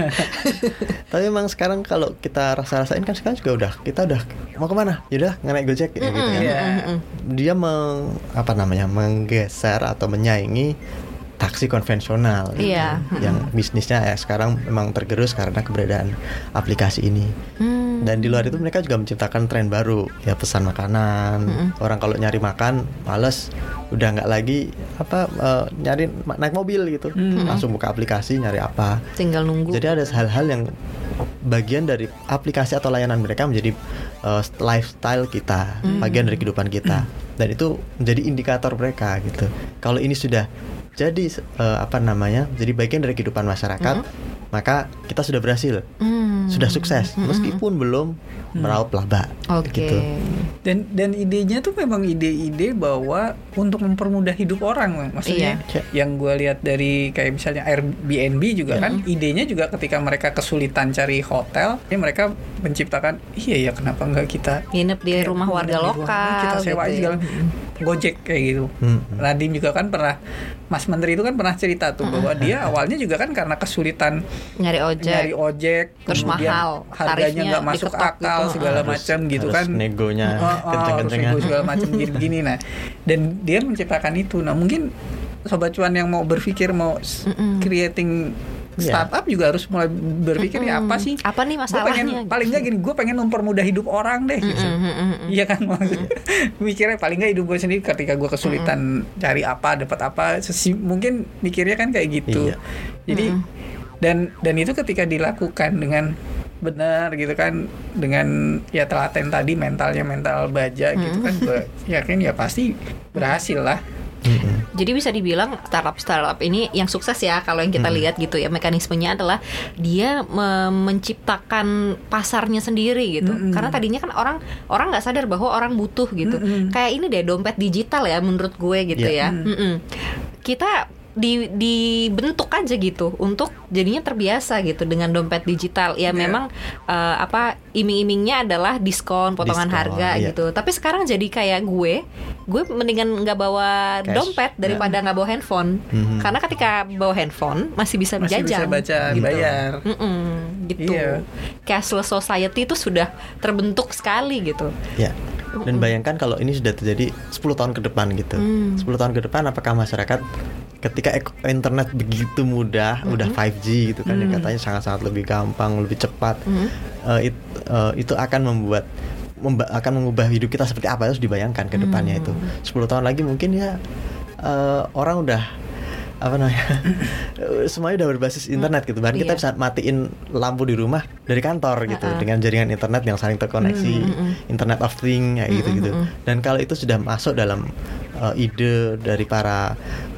Tapi memang sekarang kalau kita rasa-rasain kan sekarang juga udah, kita udah mau kemana? Yaudah naik Gojek mm-hmm. gitu kan. Yeah. Dia meng, apa namanya, menggeser atau menyaingi taksi konvensional iya. yang bisnisnya ya sekarang memang tergerus karena keberadaan aplikasi ini. Hmm. Dan di luar itu mereka juga menciptakan tren baru ya, pesan makanan. Hmm. Orang kalau nyari makan males, udah nggak lagi apa uh, nyari naik mobil gitu, hmm. langsung buka aplikasi nyari apa. Tinggal nunggu. Jadi ada hal-hal yang bagian dari aplikasi atau layanan mereka menjadi uh, lifestyle kita, hmm. bagian dari kehidupan kita. Hmm. Dan itu menjadi indikator mereka gitu. Kalau ini sudah jadi uh, apa namanya, jadi bagian dari kehidupan masyarakat, mm-hmm. maka kita sudah berhasil, mm-hmm. sudah sukses, meskipun mm-hmm. belum meraup laba. Oke. Okay. Gitu. Dan dan idenya tuh memang ide-ide bahwa untuk mempermudah hidup orang, maksudnya iya. yang gue lihat dari kayak misalnya Airbnb juga mm-hmm. kan, idenya juga ketika mereka kesulitan cari hotel, ya mereka menciptakan, iya ya kenapa nggak kita nginep di rumah warga lokal, kita sewa gitu segala, Gojek kayak gitu. Mm-hmm. Radim juga kan pernah, Mas Menteri itu kan pernah cerita tuh bahwa dia awalnya juga kan karena kesulitan nyari ojek, nyari ojek terus mahal, harganya nggak masuk akal gitu. segala harus, macam gitu harus kan, negonya oh, oh, kenceng-kencengan harus nego segala macam gini-gini. Nah, dan dia menciptakan itu. Nah mungkin sobat cuan yang mau berpikir mau Mm-mm. creating startup yeah. juga harus mulai berpikir mm-hmm. ya apa sih, apa nih masalahnya, pengen, gitu. paling nggak gini, gue pengen mempermudah hidup orang deh gitu. Mm-hmm. Iya kan, maksudnya mikirnya paling nggak hidup gue sendiri ketika gue kesulitan mm-hmm. cari apa dapat apa, sesi, mungkin mikirnya kan kayak gitu. Iya. Jadi mm-hmm. dan dan itu ketika dilakukan dengan benar gitu kan, dengan ya telaten tadi, mentalnya mental baja mm-hmm. gitu kan, gue yakin ya pasti berhasil lah. Mm-hmm. Jadi bisa dibilang startup-startup ini yang sukses ya, kalau yang kita mm-hmm. lihat gitu ya, mekanismenya adalah dia me- menciptakan pasarnya sendiri gitu. Mm-hmm. Karena tadinya kan orang orang nggak sadar bahwa orang butuh gitu. Mm-hmm. Kayak ini deh dompet digital ya menurut gue gitu yeah. ya. Mm-hmm. Mm-hmm. Kita di dibentuk aja gitu untuk jadinya terbiasa gitu dengan dompet digital ya. Yeah. Memang uh, apa iming-imingnya adalah diskon, potongan diskon, harga yeah. gitu. Tapi sekarang jadi kayak gue gue mendingan nggak bawa cash. Dompet daripada nggak yeah. bawa handphone. Mm-hmm. Karena ketika bawa handphone masih bisa masih jajan, bisa baca gitu. Bayar Mm-mm, gitu. Yeah. Cashless society itu sudah terbentuk sekali gitu. Ya. Yeah. Dan bayangkan kalau ini sudah terjadi sepuluh tahun ke depan gitu. Mm. sepuluh tahun ke depan apakah masyarakat ketika internet begitu mudah, mm-hmm. udah five G gitu kan, mm. yang katanya sangat-sangat lebih gampang, lebih cepat, mm. uh, it, uh, itu akan membuat memba- akan mengubah hidup kita seperti apa, harus dibayangkan ke depannya. mm. Itu sepuluh tahun lagi mungkin ya uh, orang udah apa namanya semuanya udah berbasis internet gitu. Bahkan kita yeah. bisa matiin lampu di rumah dari kantor gitu, uh-uh. dengan jaringan internet yang saling terkoneksi, mm-hmm. Internet of Things kayak gitu-gitu. Dan kalau itu sudah masuk dalam uh, ide dari para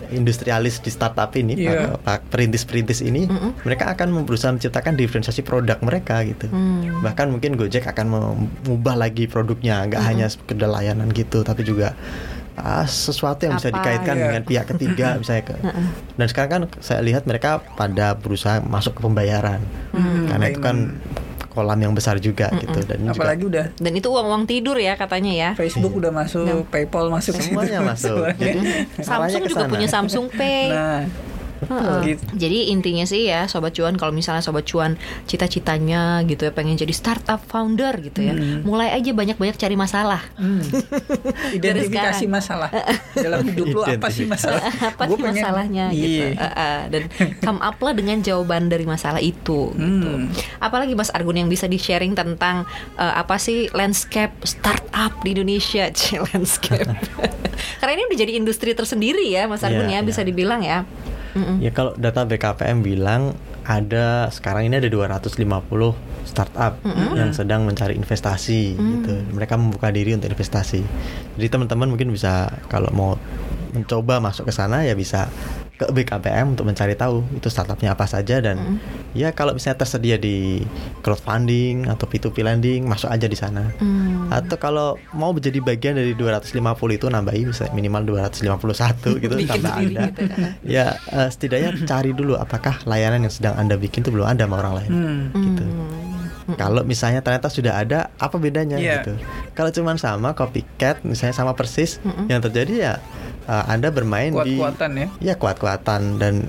industrialis di startup ini, Iya. para perintis-perintis ini, Mm-mm. mereka akan berusaha menciptakan diferensiasi produk mereka gitu. Hmm. Bahkan mungkin Gojek akan mengubah lagi produknya, nggak Mm-mm. hanya sekedar layanan gitu, tapi juga ah, sesuatu yang bisa Apa? dikaitkan Iya. dengan pihak ketiga misalnya ke. Dan sekarang kan saya lihat mereka pada berusaha masuk ke pembayaran, Hmm, karena itu kan kolam yang besar juga Mm-mm. gitu. Dan ini juga Apalagi udah Dan itu uang-uang tidur ya katanya ya. Facebook udah masuk, PayPal masuk, semuanya masuk. Semuanya. Jadi Samsung arahnya ke juga sana. punya Samsung Pay. Nah, Heeh. gitu. Jadi intinya sih ya Sobat Cuan, kalau misalnya Sobat Cuan cita-citanya gitu ya pengen jadi startup founder gitu ya, Hmm. mulai aja banyak-banyak cari masalah. Hmm. Identifikasi sekarang. masalah dalam hidup lu, apa sih masalah? Apa Gua sih pengen- masalahnya gitu. Iya. Uh, uh, dan come up lah dengan jawaban dari masalah itu gitu. Hmm. Apalagi Mas Argun yang bisa di-sharing tentang uh, apa sih landscape startup di Indonesia, Cie, landscape. Karena ini udah jadi industri tersendiri ya Mas Argun Iya, ya, bisa iya. dibilang ya. Mm-mm. Ya kalau data B K P M bilang ada sekarang ini ada dua ratus lima puluh startup yang sedang mencari investasi gitu. Mereka membuka diri untuk investasi. Jadi teman-teman mungkin bisa kalau mau mencoba masuk ke sana ya bisa ke B K P M untuk mencari tahu itu startupnya apa saja, dan ya kalau misalnya tersedia di crowdfunding atau P to P lending masuk aja di sana. Hmm. Atau kalau mau menjadi bagian dari dua ratus lima puluh itu nambahi bisa minimal dua ratus lima puluh satu gitu Bikin tambah sendiri ada. gitu ya. Ya eh, setidaknya cari dulu apakah layanan yang sedang Anda bikin itu belum ada sama orang lain. Hmm. Gitu. Hmm. Kalau misalnya ternyata sudah ada, apa bedanya Iya. gitu. Kalau cuma sama copycat misalnya sama persis, yang terjadi ya eh, Anda bermain di Kuat-kuatan ya. ya kuat-kuatan, dan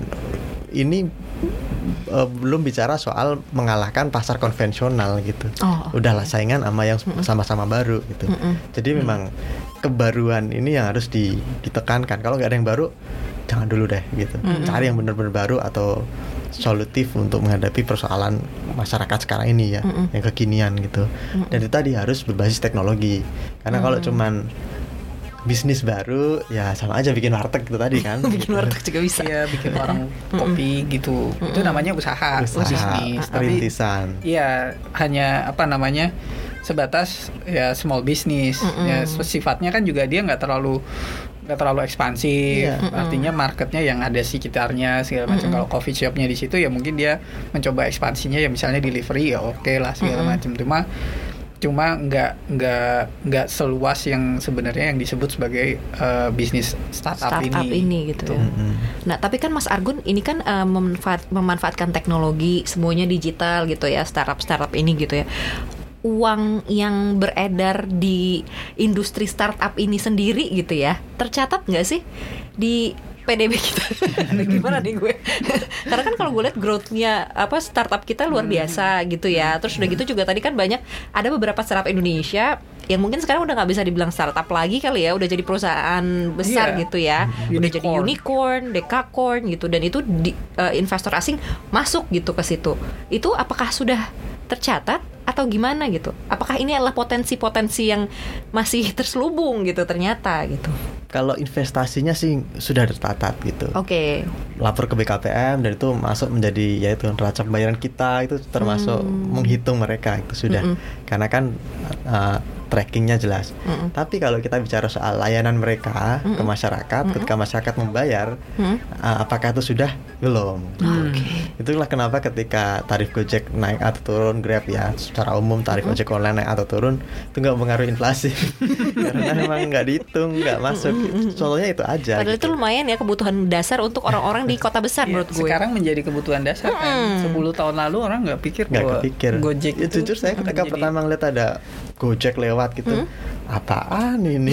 ini eh, belum bicara soal mengalahkan pasar konvensional gitu. Oh, oke. Udahlah saingan sama yang sama-sama baru gitu. Mm-mm. Jadi memang kebaruan ini yang harus di- ditekankan. Kalau nggak ada yang baru, jangan dulu deh gitu. Cari yang benar-benar baru atau solutif untuk menghadapi persoalan masyarakat sekarang ini ya, Mm-mm. yang kekinian gitu. Dan itu tadi harus berbasis teknologi. Karena kalau cuman bisnis baru ya sama aja bikin warteg itu tadi kan. Bikin gitu. warteg juga bisa. Iya, bikin warung kopi gitu. Itu namanya usaha, Usaha, bisnis. Tapi perintisan. iya, hanya apa namanya? Sebatas ya small business. Ya sifatnya kan juga dia nggak terlalu nggak terlalu ekspansif. Iya. Artinya marketnya yang ada sekitarnya segala macam. Kalau coffee shopnya di situ ya mungkin dia mencoba ekspansinya ya misalnya delivery ya oke lah segala macam. Cuma cuma nggak nggak nggak seluas yang sebenarnya yang disebut sebagai uh, bisnis startup, Startup ini. ini gitu ya. Mm-mm. Nah, tapi kan Mas Argun ini kan eh, memanfaat- memanfaatkan teknologi, semuanya digital gitu ya, startup-startup ini gitu ya. Uang yang beredar di industri startup ini sendiri gitu ya, tercatat nggak sih di P D B kita? Gimana nih gue? Karena kan kalau gue lihat growth-nya apa startup kita luar biasa gitu ya. Terus udah gitu juga tadi kan banyak ada beberapa startup Indonesia yang mungkin sekarang udah nggak bisa dibilang startup lagi kali ya, udah jadi perusahaan besar Iya. gitu ya, udah jadi Unicorn. unicorn, dekakorn gitu, dan itu di, eh, investor asing masuk gitu ke situ. Itu apakah sudah tercatat atau gimana gitu? Apakah ini adalah potensi-potensi yang masih terselubung gitu ternyata gitu? Kalau investasinya sih sudah tercatat gitu. Oke. Lapor ke B K P M dan itu masuk menjadi yaitu neraca pembayaran kita, itu termasuk menghitung mereka itu sudah. Karena kan uh, trackingnya jelas. Mm-mm. Tapi kalau kita bicara soal layanan mereka ke masyarakat, ketika masyarakat membayar, Mm. uh, apakah itu sudah belum? Oke. Itulah kenapa ketika tarif Gojek naik atau turun, Grab ya secara umum tarif ojek online naik atau turun itu nggak mempengaruhi inflasi karena memang nggak dihitung, nggak masuk. Contohnya itu aja. Padahal gitu. itu lumayan ya kebutuhan dasar untuk orang-orang di kota besar Iya, menurut gue. sekarang menjadi kebutuhan dasar kan. sepuluh tahun lalu orang nggak pikir Nggak bahwa kepikir. Gojek Ya, itu jujur saya akan ketika menjadi- pertama ngeliat ada Gojek lewat gitu, apaan ini?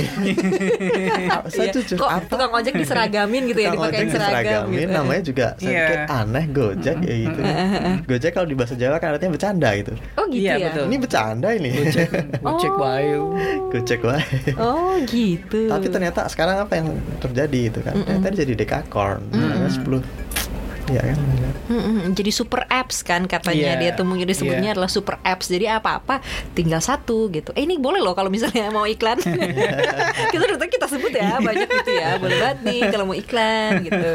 Saya Iya. jujur Kok apa? tukang ojek diseragamin gitu ya, Tukang dipakein ojek seragam diseragamin, gitu. namanya juga saya Iya. pikir aneh Gojek ya gitu. Gojek kalau di bahasa Jawa kan artinya bercanda gitu. Oh gitu Iya, ya. betul. Ini bercanda ini. Gojek, Gojek Oh. Bayu. Gojek wae. Oh gitu. Tapi ternyata sekarang apa yang terjadi itu kan? Ternyata dia jadi dekakorn, namanya sepuluh. Iya kan? Mm-mm, jadi super apps kan katanya. Iya, Dia tuh mungkin disebutnya iya. adalah super apps. Jadi apa-apa tinggal satu gitu. Eh ini boleh loh kalau misalnya mau iklan. Kita udah kita sebut ya banyak gitu ya. Boleh banget nih kalau mau iklan gitu.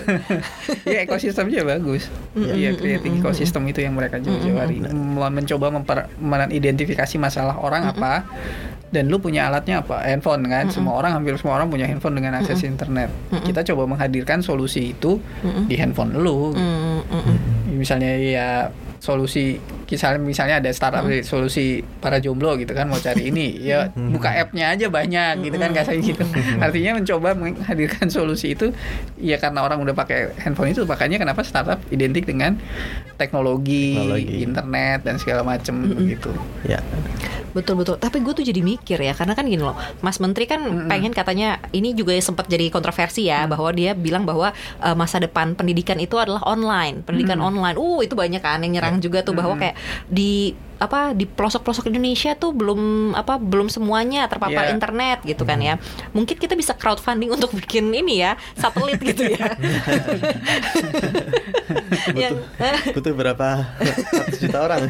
Ya ekosistemnya bagus. Iya, creating ekosistem itu yang mereka jauh-jauh hari. Mencoba memper, mengidentifikasi masalah orang apa, dan lu punya alatnya apa? Handphone kan. Mm-mm. Semua orang, hampir semua orang punya handphone dengan akses Mm-mm. internet. Mm-mm. Kita coba menghadirkan solusi itu Mm-mm. di handphone lu. Mm-mm. Misalnya ya solusi misalnya misalnya ada startup mm. solusi para jomblo gitu kan, mau cari ini ya buka app-nya aja banyak gitu kan, kayak gitu. Artinya mencoba menghadirkan solusi itu ya karena orang udah pakai handphone itu, makanya kenapa startup identik dengan teknologi, teknologi. internet dan segala macam mm-hmm. gitu. Ya. Betul-betul. Tapi gue tuh jadi mikir ya, karena kan gini loh, Mas Menteri kan mm-hmm. pengen katanya, ini juga sempat jadi kontroversi ya, mm-hmm. bahwa dia bilang bahwa uh, masa depan pendidikan itu adalah online, pendidikan mm-hmm. online. Uh itu banyak kan yang nyerang yeah. juga tuh, bahwa kayak di apa di pelosok-pelosok Indonesia tuh belum apa belum semuanya terpapar yeah. internet gitu kan ya. Mungkin kita bisa crowdfunding untuk bikin ini ya, satelit gitu ya. Yang butuh berapa ratus juta orang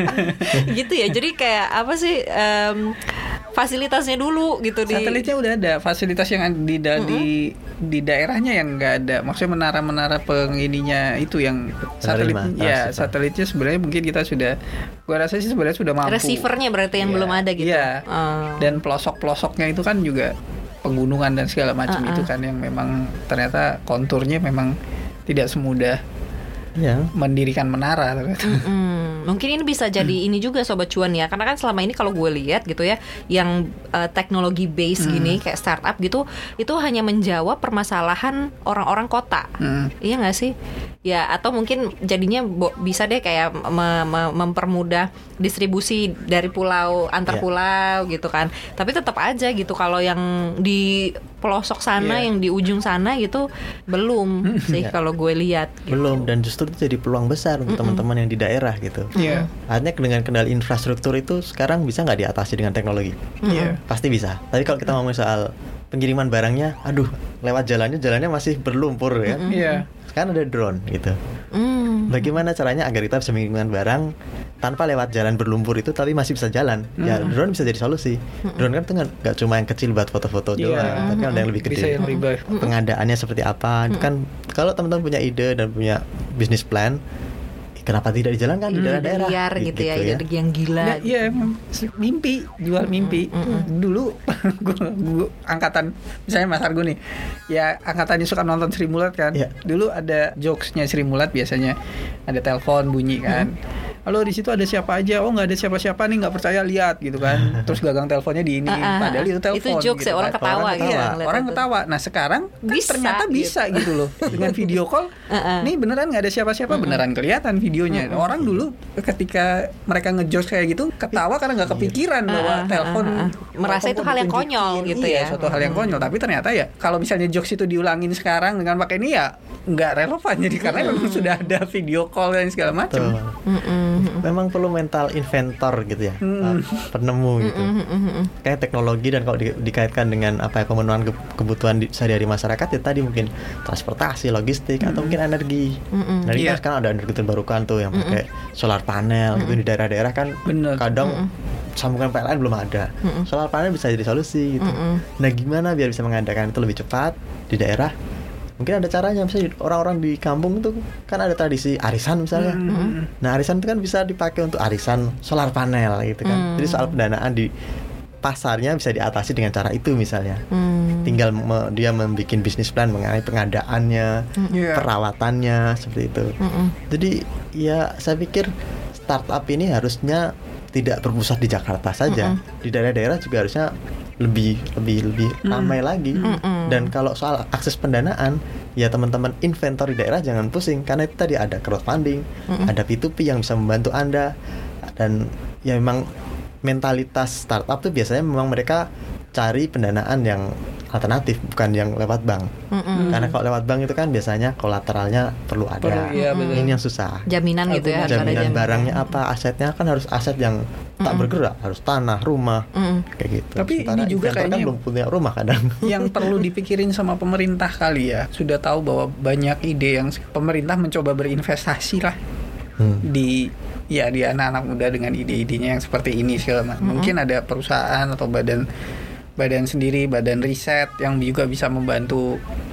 gitu ya. Jadi kayak apa sih um, fasilitasnya dulu gitu di satelitnya udah ada, fasilitas yang di da- mm-hmm. di di daerahnya yang nggak ada. Maksudnya menara-menara pengininya itu yang satelit ya, satelitnya sebenarnya mungkin kita sudah, gua rasa sih sebenarnya sudah mampu. Receivernya berarti yang ya, belum ada gitu. Iya. Oh. Dan pelosok-pelosoknya itu kan juga pegunungan dan segala macam uh-uh. itu kan yang memang ternyata konturnya memang tidak semudah ya. mendirikan menara. Mungkin ini bisa jadi ini juga Sobat Cuan ya, karena kan selama ini kalau gue lihat gitu ya, yang uh, teknologi base mm. gini kayak startup gitu, itu hanya menjawab permasalahan orang-orang kota, mm. iya nggak sih? Ya atau mungkin jadinya bo- bisa deh kayak me- me- mempermudah distribusi dari pulau antar yeah. pulau gitu kan. Tapi tetap aja gitu kalau yang di pelosok sana, yeah. yang di ujung sana gitu belum sih yeah. kalau gue lihat. Gitu. Belum, dan justru itu jadi peluang besar untuk Mm-mm. teman-teman yang di daerah gitu. Yeah. Artinya dengan kendali infrastruktur itu sekarang bisa nggak diatasi dengan teknologi? Yeah. Pasti bisa. Tapi kalau kita ngomong soal pengiriman barangnya, aduh, lewat jalannya jalannya masih berlumpur ya. Iya. Yeah. Sekarang ada drone gitu. Mm. Bagaimana caranya agar kita bisa mengirimkan barang tanpa lewat jalan berlumpur itu, tapi masih bisa jalan? Mm. Ya drone bisa jadi solusi. Mm. Drone kan tuh nggak cuma yang kecil buat foto-foto yeah. doang, tapi ada yang lebih gede. Bisa yang lebih. Pengadaannya seperti apa? Itu kan kalau teman-teman punya ide dan punya bisnis plan, kenapa tidak dijalankan di daerah-daerah? Liar gitu, gitu ya, ya, yang gila. Iya, gitu. Mimpi, jual mimpi. Mm-hmm. Dulu gue, gue angkatan, misalnya Mas Argo nih, ya angkatannya suka nonton Sri Mulat kan. Yeah. Dulu ada jokesnya Sri Mulat biasanya, ada telepon bunyi kan. Mm-hmm. Halo, di situ ada siapa aja? Oh, nggak ada siapa-siapa nih, nggak percaya, lihat gitu kan. Terus gagang teleponnya di ini, uh-uh. padahal itu telepon. Itu jokes gitu ya, orang kan. ketawa orang gitu. Iya, orang ketawa. Nah sekarang bisa, kan ternyata gitu. bisa gitu loh. Dengan video call, uh-uh. nih beneran nggak ada siapa-siapa, uh-uh. beneran kelihatan videonya. Uh-uh. Orang dulu ketika mereka ngejokes kayak gitu ketawa karena nggak kepikiran uh-uh. bahwa telepon uh-uh. merasa itu hal yang konyol gitu iya, ya. Suatu hal yang konyol. Tapi ternyata ya kalau misalnya jokes itu diulangin sekarang dengan pakai ini ya nggak relevan, jadi karena uh-uh. memang sudah ada video call dan segala macam. Uh-uh. Memang perlu mental inventor gitu ya, mm. penemu gitu. Mm-hmm. Kayak teknologi, dan kalau di, dikaitkan dengan apa ya, pemenuhan ke, kebutuhan di, sehari-hari masyarakat ya tadi mungkin transportasi, logistik, mm-hmm. atau mungkin energi. Mm-hmm. Energi yeah. kan sekarang ada energi terbarukan tuh yang pakai mm-hmm. solar panel mm-hmm. gitu di daerah-daerah kan. Bener. Kadang mm-hmm. sambungan P L N belum ada. Mm-hmm. Solar panel bisa jadi solusi gitu. Mm-hmm. Nah gimana biar bisa mengadakan itu lebih cepat di daerah? Mungkin ada caranya, misalnya orang-orang di kampung itu kan ada tradisi arisan misalnya. Mm-hmm. Nah arisan itu kan bisa dipakai untuk arisan solar panel gitu kan. Mm. Jadi soal pendanaan di pasarnya bisa diatasi dengan cara itu misalnya. Mm. Tinggal me- dia membuat bisnis plan mengenai pengadaannya, mm. perawatannya seperti itu. Mm-hmm. Jadi ya saya pikir startup ini harusnya tidak berpusat di Jakarta saja. Mm-hmm. Di daerah-daerah juga harusnya lebih lebih lebih ramai mm. lagi. Mm-mm. Dan kalau soal akses pendanaan, ya teman-teman inventor di daerah jangan pusing, karena itu tadi ada crowdfunding, Mm-mm. ada P to P yang bisa membantu Anda. Dan ya memang mentalitas startup tuh biasanya memang mereka cari pendanaan yang alternatif, bukan yang lewat bank. Mm-mm. Karena kalau lewat bank itu kan biasanya kolateralnya perlu ada. Perlu, iya, ini yang susah. Jaminan gitu ya, harus jaminan ada barangnya apa, asetnya kan harus aset yang tak Mm-mm. bergerak, harus tanah, rumah, Mm-mm. kayak gitu. Tapi Sementara ini juga kayaknya kan belum punya rumah kadang. Yang perlu dipikirin sama pemerintah kali ya. Sudah tahu bahwa banyak ide yang pemerintah mencoba berinvestasi lah hmm. di ya di anak-anak muda dengan ide-idenya yang seperti ini segala macam. Mm-hmm. Mungkin ada perusahaan atau badan badan sendiri, badan riset yang juga bisa membantu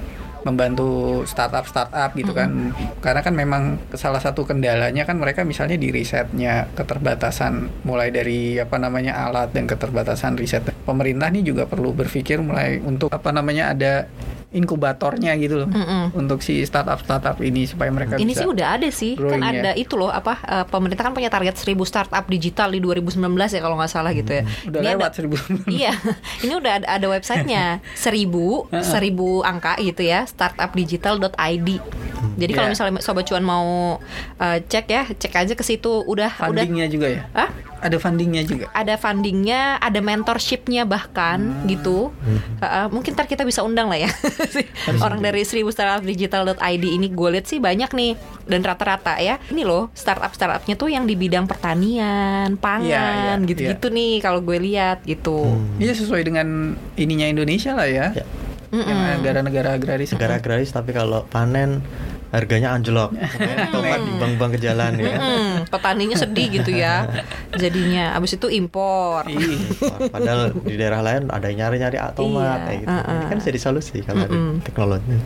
membantu startup-startup gitu kan. Karena kan memang salah satu kendalanya kan mereka misalnya di risetnya keterbatasan mulai dari apa namanya alat dan keterbatasan riset. Pemerintah nih juga perlu berpikir mulai untuk apa namanya ada inkubatornya gitu loh Mm-mm. untuk si startup-startup ini supaya mereka Ini bisa sih udah ada sih, kan growing ya. ada itu loh apa uh, pemerintah kan punya target seribu startup digital di dua ribu sembilan belas ya kalau nggak salah gitu ya. udah Ini lewat ada, seribu. Iya, ini udah ada, ada websitenya seribu seribu angka gitu ya, startupdigital dot i d. Jadi kalau Yeah. misalnya Sobat Cuan mau uh, cek ya, cek aja ke situ udah udah Fundingnya juga ya? Hah? Ada fundingnya juga? Ada fundingnya, ada mentorshipnya bahkan Hmm. gitu. Uh, mungkin ntar kita bisa undang lah ya orang dari seribu startup digital dot i d ini. Gue lihat sih banyak nih, dan rata-rata ya ini loh startup startupnya tuh yang di bidang pertanian, pangan, Iya, iya, gitu-gitu nih kalau gue lihat gitu. Iya sesuai dengan ininya Indonesia lah ya, Ya. yang negara-negara agraris. Negara agraris tapi kalau panen harganya anjlok. Tomat dibuang-buang ke jalan ya. Hmm, petaninya sedih gitu ya jadinya. Abis itu impor. Iya. Padahal di daerah lain ada yang nyari-nyari tomat Iya, kayak gitu. uh-uh. Ini kan jadi solusi kalau ada Mm-mm. teknologi.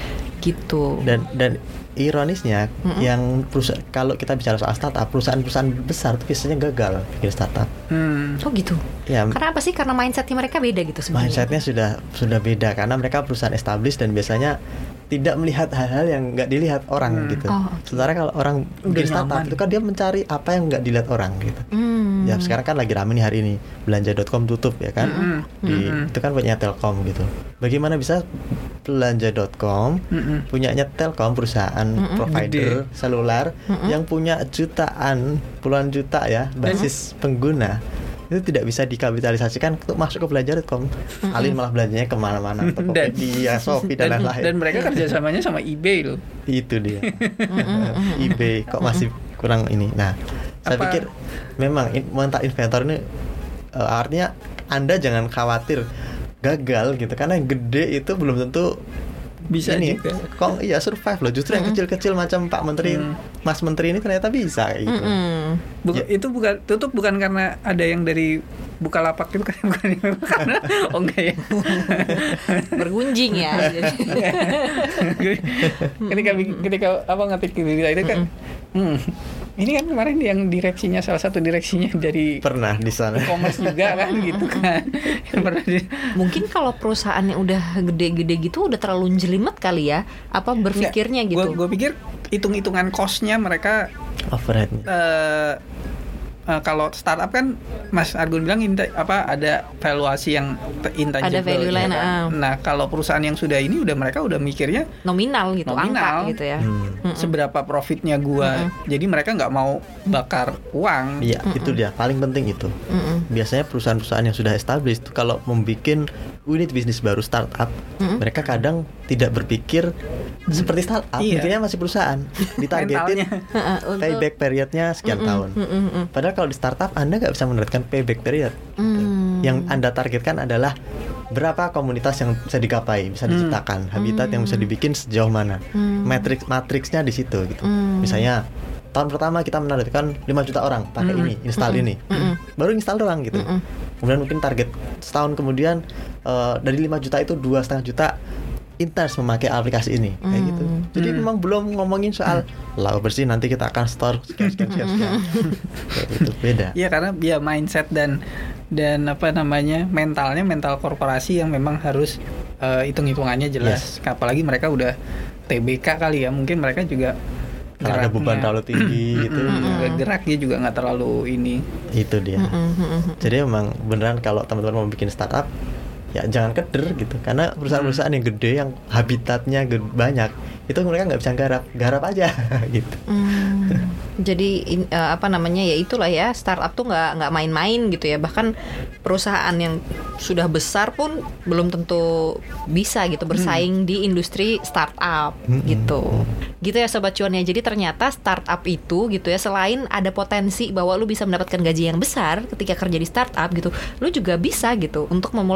Gitu. Dan dan ironisnya yang perusahaan, kalau kita bicara soal startup, perusahaan-perusahaan besar itu biasanya gagal bikin startup. Hmm. Oh gitu. Ya, Karena apa sih? Karena mindsetnya mereka beda gitu sebenarnya. mindsetnya sudah sudah beda karena mereka perusahaan established dan biasanya tidak melihat hal-hal yang nggak dilihat orang Hmm. gitu. Oh, oke. Sementara kalau orang Udah bikin startup nyaman. itu kan dia mencari apa yang nggak dilihat orang gitu. Hmm. Ya sekarang kan lagi rame nih hari ini belanja dot com tutup ya kan. Mm-mm. Di, Mm-mm. itu kan punya Telkom gitu. Bagaimana bisa belanja dot com Mm-mm. punyanya Telkom, perusahaan provider selular yang punya jutaan, puluhan juta ya basis pengguna, itu tidak bisa dikapitalisasikan untuk masuk ke belanja dot com. Alin malah belanjanya kemana-mana, Tokopedia, Shopee dan dan, lain-lain. dan mereka kerjasamanya sama eBay loh. Itu dia. eBay kok masih kurang ini. Nah, saya Apa- pikir memang in, mental inventor ini uh, artinya Anda jangan khawatir gagal gitu, karena yang gede itu belum tentu Bisa ini juga. kok iya survive loh. Justru yang kecil-kecil macam Pak Menteri, Hmm. Mas Menteri ini ternyata bisa kayak gitu. Mm-mm. Buka, Ya. Itu bukan tutup bukan karena ada yang dari Bukalapak itu kan bukan karena oh enggak ya. Bergunjing ya. Jadi. ketika ketika apa ngetik berita itu kan hmm, ini kan kemarin yang direksinya salah satu direksinya dari Pernah di sana. e-commerce juga kan gitu kan. Yang pernah di- Mungkin kalau perusahaan yang udah gede-gede gitu udah terlalu jelimet kali ya. Apa berpikirnya gitu? Gue pikir hitung-hitungan cost-nya mereka Overheadnya. eh eh, kalau startup kan Mas Argun bilang inte- apa ada valuasi yang te- intangible. Ada value ya lain, kan? ah. Nah, kalau perusahaan yang sudah ini udah mereka udah mikirnya Nominal gitu, Nominal. angka gitu ya. Hmm. Mm-mm. seberapa profitnya gua. Jadi mereka nggak mau bakar uang. Iya, itu dia paling penting itu. Mm-mm. Biasanya perusahaan-perusahaan yang sudah established itu kalau membuat unit bisnis baru startup, mereka kadang tidak berpikir seperti startup, Iya. mikirnya masih perusahaan. Ditargetin Mentalnya. Heeh, untuk- payback periodnya sekian tahun. Mm-mm. Padahal kalau di startup Anda nggak bisa menerapkan payback period. Mm. Yang Anda targetkan adalah berapa komunitas yang bisa digapai, bisa diciptakan, habitat yang bisa dibikin sejauh mana, matrix matriksnya di situ gitu. Misalnya tahun pertama kita menargetkan lima juta orang pakai ini, install ini, baru install doang gitu. Kemudian mungkin target setahun kemudian eh, dari lima juta itu dua setengah juta intens memakai aplikasi ini, kayak gitu. Jadi memang belum ngomongin soal laut bersih nanti kita akan store sekian sekian sekian. sekian. Kayak gitu, beda. Iya karena dia mindset dan dan apa namanya mentalnya mental korporasi yang memang harus eh, hitung-hitungannya jelas. Apalagi mereka udah T B K kali ya, mungkin mereka juga Kalau ada beban terlalu tinggi gitu, Mm-mm, geraknya juga nggak terlalu ini. itu dia. Jadi emang beneran kalau teman-teman mau bikin startup, ya jangan keder gitu, karena perusahaan-perusahaan yang gede yang habitatnya gede, banyak, itu mereka nggak bisa garap, garap aja gitu. Hmm. Jadi in- eh, apa namanya ya itulah ya, startup tuh nggak nggak main-main gitu ya. Bahkan perusahaan yang sudah besar pun belum tentu bisa gitu bersaing di industri startup gitu. Gitu ya Sobat Cuan ya. Jadi ternyata startup itu gitu ya, selain ada potensi bahwa lu bisa mendapatkan gaji yang besar ketika kerja di startup gitu, lu juga bisa gitu untuk memulai startup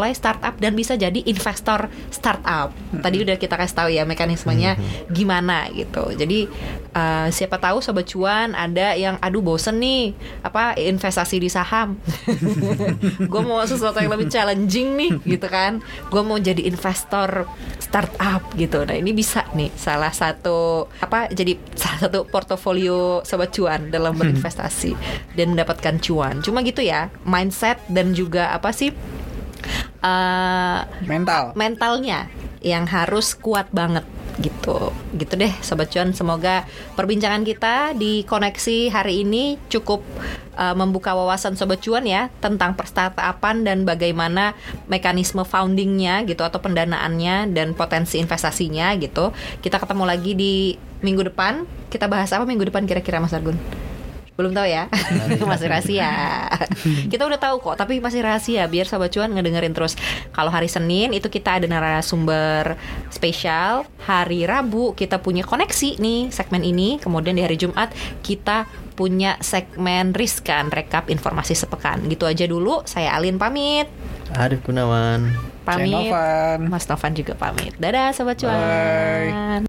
startup dan bisa jadi investor startup. Tadi udah kita kasih tahu ya mekanismenya gimana gitu. Jadi uh, siapa tahu Sobat Cuan ada yang aduh bosen nih apa investasi di saham. Gue mau sesuatu yang lebih challenging nih gitu kan. Gue mau jadi investor startup gitu. Nah ini bisa nih salah satu apa jadi salah satu portofolio Sobat Cuan dalam berinvestasi dan mendapatkan cuan. Cuma gitu ya mindset dan juga apa sih uh, mental mentalnya yang harus kuat banget gitu. Gitu deh Sobat Cuan, semoga perbincangan kita di Koneksi hari ini cukup uh, membuka wawasan Sobat Cuan ya tentang perstartupan dan bagaimana mekanisme foundingnya gitu atau pendanaannya dan potensi investasinya gitu. Kita ketemu lagi di minggu depan. Kita bahas apa minggu depan kira-kira Mas Argun? Belum tahu ya. Masih rahasia. Kita udah tahu kok, tapi masih rahasia biar Sobat Cuan ngedengerin terus. Kalau hari Senin itu kita ada narasumber spesial. Hari Rabu kita punya koneksi nih segmen ini. Kemudian di hari Jumat kita punya segmen Riskan, rekap informasi sepekan. Gitu aja dulu. Saya Alin pamit. Arif Gunawan Pamit. Novan. Mas Novan juga pamit. Dadah Sobat Cuan. Bye.